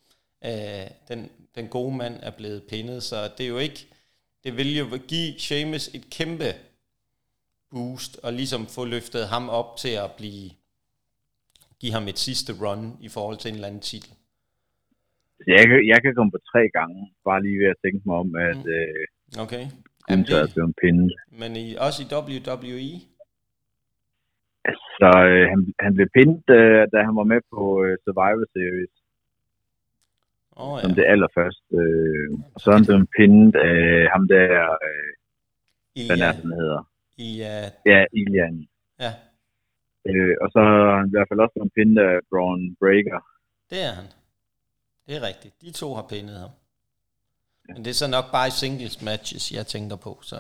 den gode mand er blevet pindet. Så det er jo ikke, det vil jo give Sheamus et kæmpe boost, og ligesom få løftet ham op til at give ham et sidste run i forhold til en eller anden titel. Jeg kan komme på 3 gange, bare lige ved at tænke mig om, at okay. Günther er blevet pindet. Men også i WWE? Altså, han blev pindet, da han var med på Survivor Series. Som det allerførste. Og så er han blevet pindet af ham der, hvad er den hedder? Ilian. Ja. Og så har han i hvert fald også blevet pindet af Braun Breaker. Det er han. Det er rigtigt. De 2 har pindet ham. Ja. Men det er så nok bare i singles matches, jeg tænker på. Så.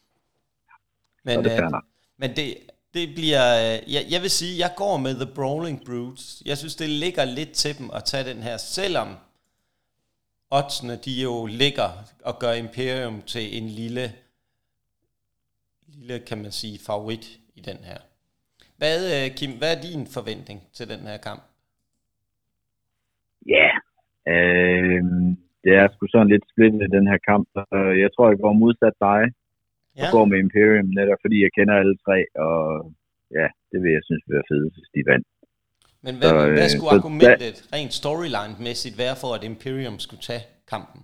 Men det bliver... Jeg vil sige, jeg går med The Brawling Brutes. Jeg synes, det ligger lidt til dem at tage den her, selvom oddsene, de jo ligger og gør Imperium til en lille, kan man sige, favorit i den her. Kim, hvad er din forventning til den her kamp? Ja, det er sgu sådan lidt splittet den her kamp. Jeg tror, jeg går modsat dig. Jeg går med Imperium netop, fordi jeg kender alle 3, og ja, det vil jeg synes vil være fedt, hvis de vandt. Men hvad skulle argumentet rent storyline-mæssigt være for, at Imperium skulle tage kampen?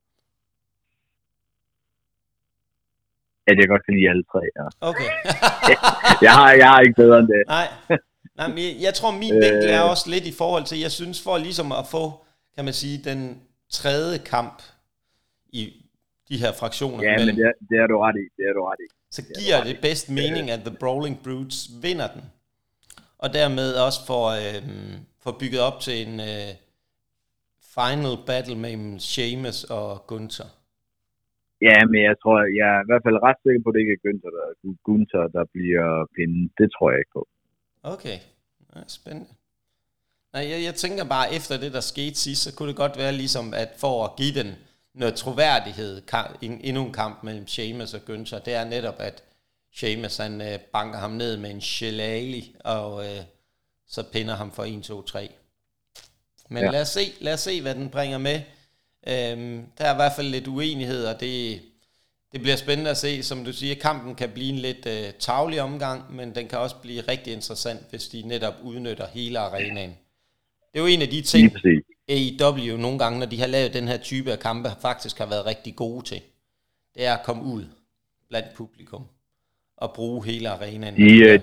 Ja, det er godt kan lide alle 3, ja. Okay. jeg har ikke bedre end det. Nej, men jeg tror, min vinkel er også lidt i forhold til, jeg synes, for ligesom at få, kan man sige, den 3. kamp i de her fraktioner. Ja, men det er du ret i. Så giver det bedst mening, at The Brawling Brutes vinder den. Og dermed også får bygget op til en final battle mellem Sheamus og Günther. Ja, men jeg tror, jeg er i hvert fald ret sikker på, at det ikke er Gunther, der bliver pinden. Det tror jeg ikke på. Okay, ja, spændende. Nej, jeg tænker bare, efter det, der skete sidst, så kunne det godt være ligesom, at for at give den noget troværdighed, endnu en kamp mellem Sheamus og Gunther, det er netop, at Sheamus, han banker ham ned med en shillelagh, og så pinder ham for 1, 2, 3. Men ja. lad os se, hvad den bringer med. Der er i hvert fald lidt uenighed, og det bliver spændende at se. Som du siger, kampen kan blive en lidt tarvelig omgang, men den kan også blive rigtig interessant, hvis de netop udnytter hele arenaen. Det er jo en af de ting, AEW nogle gange, når de har lavet den her type af kampe, faktisk har været rigtig gode til. Det er at komme ud blandt publikum og bruge hele arenaen.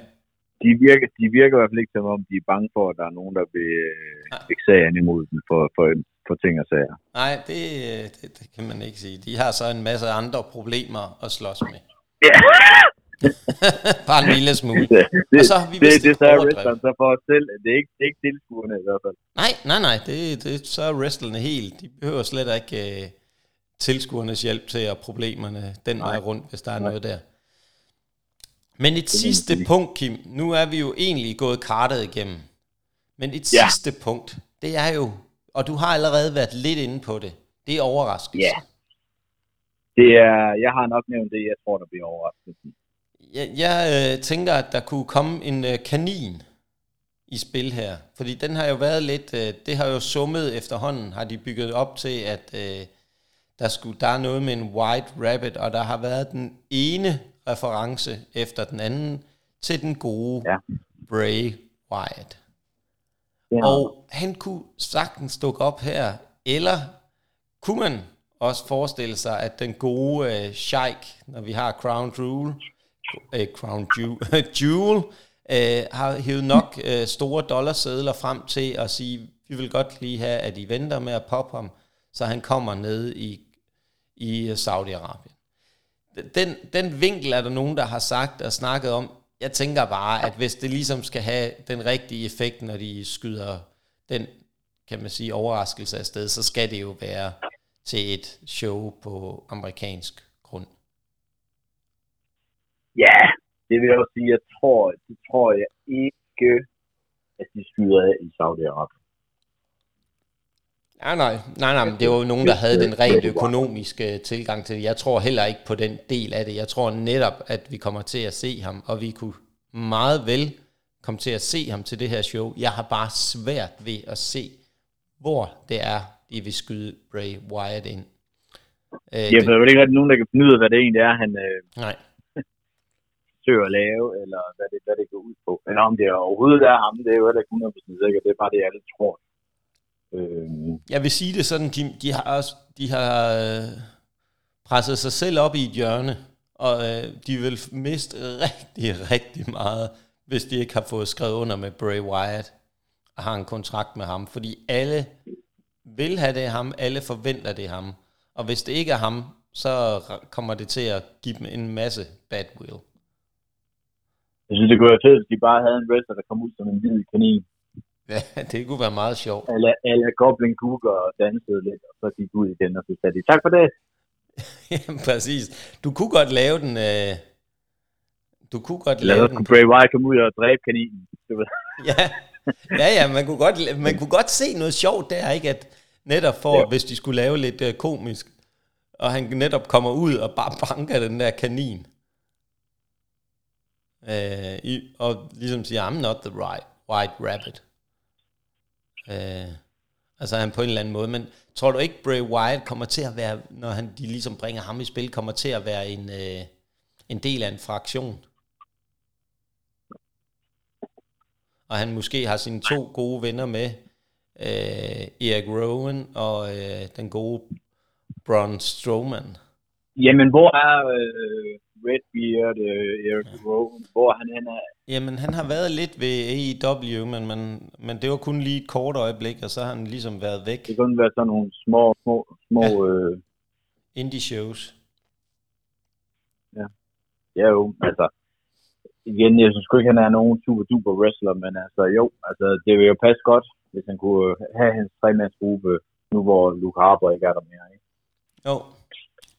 De virker i hvert fald ikke som om, de er bange for, at der er nogen, der vil fiksere imod dem for ting og sager. Nej, det kan man ikke sige. De har så en masse andre problemer at slås med. Ja. Bare en lille smule. Og så har vi det så er wrestleren så for os selv. Det er ikke tilskuerne i hvert fald. Nej. Så er wrestlerne helt. De behøver slet ikke tilskuernes hjælp til at problemerne den vej rundt, hvis der er noget der. Men et sidste punkt, Kim. Nu er vi jo egentlig gået kartet igennem. Men et sidste punkt, det er jo, og du har allerede været lidt inde på det, det er overraskelse. Ja. Jeg har nok nævnt det, jeg tror, der bliver overraskelse. Jeg tænker, at der kunne komme en kanin i spil her. Fordi den har jo været lidt, det har jo summet efterhånden, har de bygget op til, at der er noget med en White Rabbit, og der har været den ene reference efter den anden til den gode Bray Wyatt. Ja. Og han kunne sagtens dukke op her, eller kunne man også forestille sig, at den gode Sheik, når vi har Crown Jewel, har hævet nok store dollarsedler frem til at sige, vi vil godt lige have, at I venter med at poppe ham, så han kommer ned i Saudi-Arabien. Den vinkel er der nogen, der har sagt og snakket om. Jeg tænker bare, at hvis det ligesom skal have den rigtige effekt, når de skyder den, kan man sige, overraskelse afsted, så skal det jo være til et show på amerikansk grund. Ja, det vil jeg også sige. Det tror jeg ikke, at de skyder af i Saudi-Arabien. Nej, men det var jo nogen, der havde den rent økonomiske tilgang til det. Jeg tror heller ikke på den del af det. Jeg tror netop, at vi kommer til at se ham, og vi kunne meget vel komme til at se ham til det her show. Jeg har bare svært ved at se, hvor det er, de vil skyde Bray Wyatt ind. For der er ikke rigtig nogen, der kan finde ud af, hvad det egentlig er, han søger at lave, eller hvad det går ud på. Eller om det overhovedet er ham, det er jo heller ikke 100% sikkert. Det er bare det, alle tror. Jeg vil sige det sådan, de har presset sig selv op i et hjørne, og de vil miste rigtig, rigtig meget, hvis de ikke har fået skrevet under med Bray Wyatt og har en kontrakt med ham, fordi alle vil have det ham, alle forventer det ham, og hvis det ikke er ham, så kommer det til at give dem en masse badwill. Jeg synes, det kunne være fedt, hvis de bare havde en wrestler, der kom ud som en hvid kanin. Ja, det kunne være meget sjovt. Eller Goblin Cook og dansede lidt, og så gik ud igen, og så sagde de, tak for det. Ja, præcis. Du kunne godt lave den... Eller så kunne Bray Wyatt komme ud og dræbe kaninen. Ja, man kunne godt se noget sjovt der, ikke? At netop hvis de skulle lave lidt komisk, og han netop kommer ud og bare banker den der kanin. Og ligesom siger, I'm not the white rabbit. Altså han på en eller anden måde. Men tror du ikke Bray Wyatt kommer til at være, når de ligesom bringer ham i spil, kommer til at være en del af en fraktion? Og han måske har sine 2 gode venner med, Eric Rowan og den gode Braun Strowman. Jamen, hvor er Redbeard, Eric Rowan? Hvor han er? Jamen, han har været lidt ved AEW, men det var kun lige et kort øjeblik, og så har han ligesom været væk. Det kunne være sådan nogle små indie shows. Ja, jo, altså. Igen, jeg synes ikke, han er nogen super duper wrestler, men altså jo, altså det vil jo passe godt, hvis han kunne have hans 3-mandsgruppe, nu hvor Luke Harper ikke er der mere, ikke? Jo,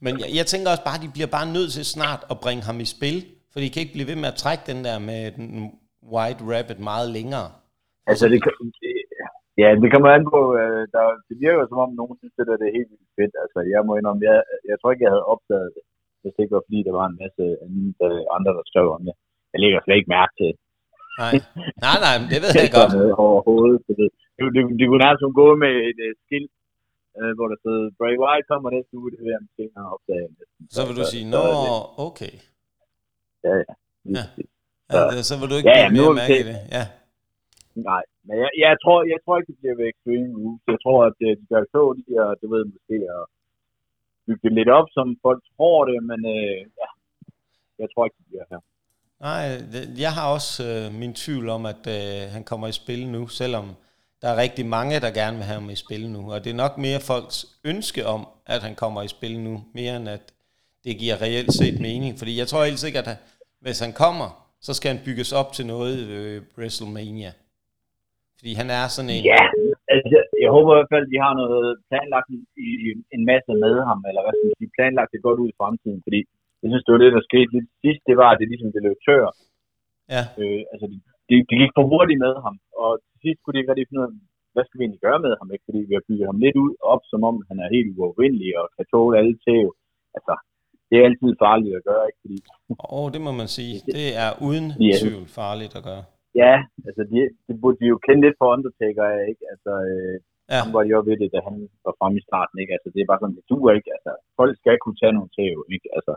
Men jeg tænker også bare, at de bliver bare nødt til snart at bringe ham i spil, for de kan ikke blive ved med at trække den der med den White Rabbit meget længere. Altså, det kommer an på, det virker som om nogen synes, det er helt vildt fedt. Altså, jeg må indrømme, jeg tror ikke, jeg havde opdaget det, hvis det ikke var, fordi der var en masse andre, der skrev om det. Jeg lægger slet ikke mærke til det. Nej, men det ved jeg godt. Overhovedet. Det kunne nærmest gå med et skilt, hvor der stod, Bray Wyatt kommer næste uge, det vil jeg måske have opdaget. Så vil du sige, okay. Ja. Så vil du ikke blive mere mærke i det. Ja. Nej, men jeg tror ikke, det bliver ved Extreme Rules. Jeg tror, at de gør klogt i, og du ved måske at bygge det lidt op, som folk tror det, men jeg tror ikke, det bliver her. Nej, jeg har også min tvivl om, at han kommer i spil nu, selvom der er rigtig mange, der gerne vil have ham i spil nu. Og det er nok mere folks ønske om, at han kommer i spil nu, mere end at det giver reelt set mening. Fordi jeg tror helt sikkert, at hvis han kommer, så skal han bygges op til noget WrestleMania. Fordi han er sådan en... Ja, altså, jeg håber i hvert fald, at de har noget planlagt i en masse med ham, eller hvad skal man sige, planlagt det godt ud i fremtiden, fordi jeg synes, det var det, der skete lidt sidst, det var, at det ligesom det løb tør. Ja. Altså, det gik for hurtigt med ham, og til sidst kunne de ikke rigtig finde ud af, hvad skal vi egentlig gøre med ham, ikke? Fordi vi har bygget ham lidt ud op, som om han er helt uovervindelig og kan tåle alle tæv. Altså, det er altid farligt at gøre, ikke? Fordi... det må man sige. Det er uden tvivl farligt at gøre. Ja, altså det burde vi jo kende lidt for Undertaker, ikke? Altså, han var jo ved det, da han var fremme i starten, ikke? Altså, det er bare sådan, det duer ikke. Altså, folk skal kunne tage nogle tæv, ikke? Altså...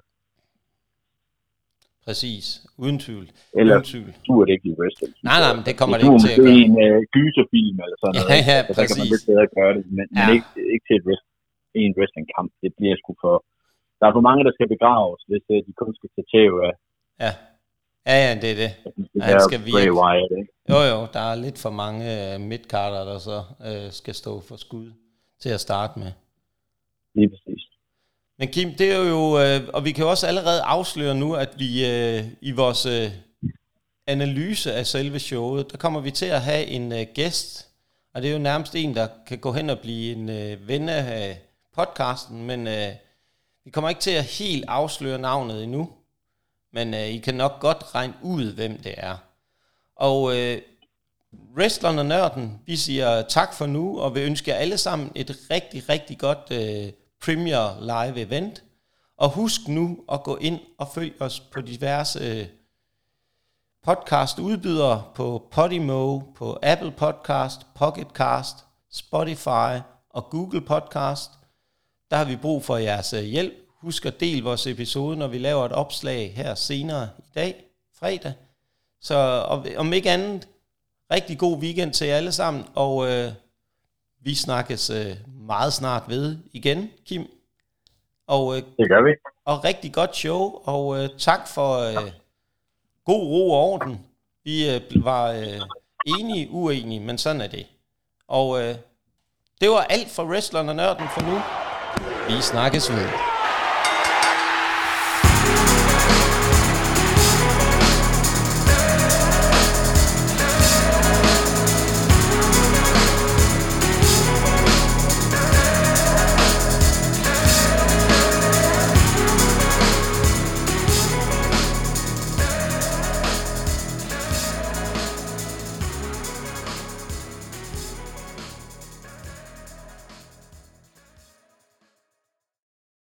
Præcis, uden tvivl. Eller duer det ikke i wrestling. Nej, men det kommer det ikke til at gøre. Det er en gyserfilm eller sådan noget. Ja, så præcis. der kan man lidt bedre gøre det, men ikke til en wrestlingkamp. Det bliver sgu for... Der er for mange, der skal begraves, hvis de kun skal tage tæv af. Ja, det er det. Han skal Bray Wyatt, ikke? Jo, der er lidt for mange midtkarter, der så skal stå for skud til at starte med. Lige præcis. Men Kim, det er jo, og vi kan jo også allerede afsløre nu, at vi i vores analyse af selve showet, der kommer vi til at have en gæst, og det er jo nærmest en, der kan gå hen og blive en ven af podcasten, men vi kommer ikke til at helt afsløre navnet endnu, men I kan nok godt regne ud, hvem det er. Og Wrestleren og Nørden, vi siger tak for nu, og vil ønske jer alle sammen et rigtig, rigtig godt Premier Live event. Og husk nu at gå ind og følg os på diverse podcast udbydere på Podimo, på Apple Podcast, Pocket Cast, Spotify og Google Podcast. Der har vi brug for jeres hjælp. Husk at dele vores episode, når vi laver et opslag her senere i dag, fredag. Så om ikke andet, rigtig god weekend til jer alle sammen, og vi snakkes meget snart ved igen, Kim. Og, det gør vi. Og rigtig godt show, og tak for god ro og orden. Vi var enige, uenige, men sådan er det. Og det var alt for Wrestleren og Nørden for nu. Vi snakkes ved.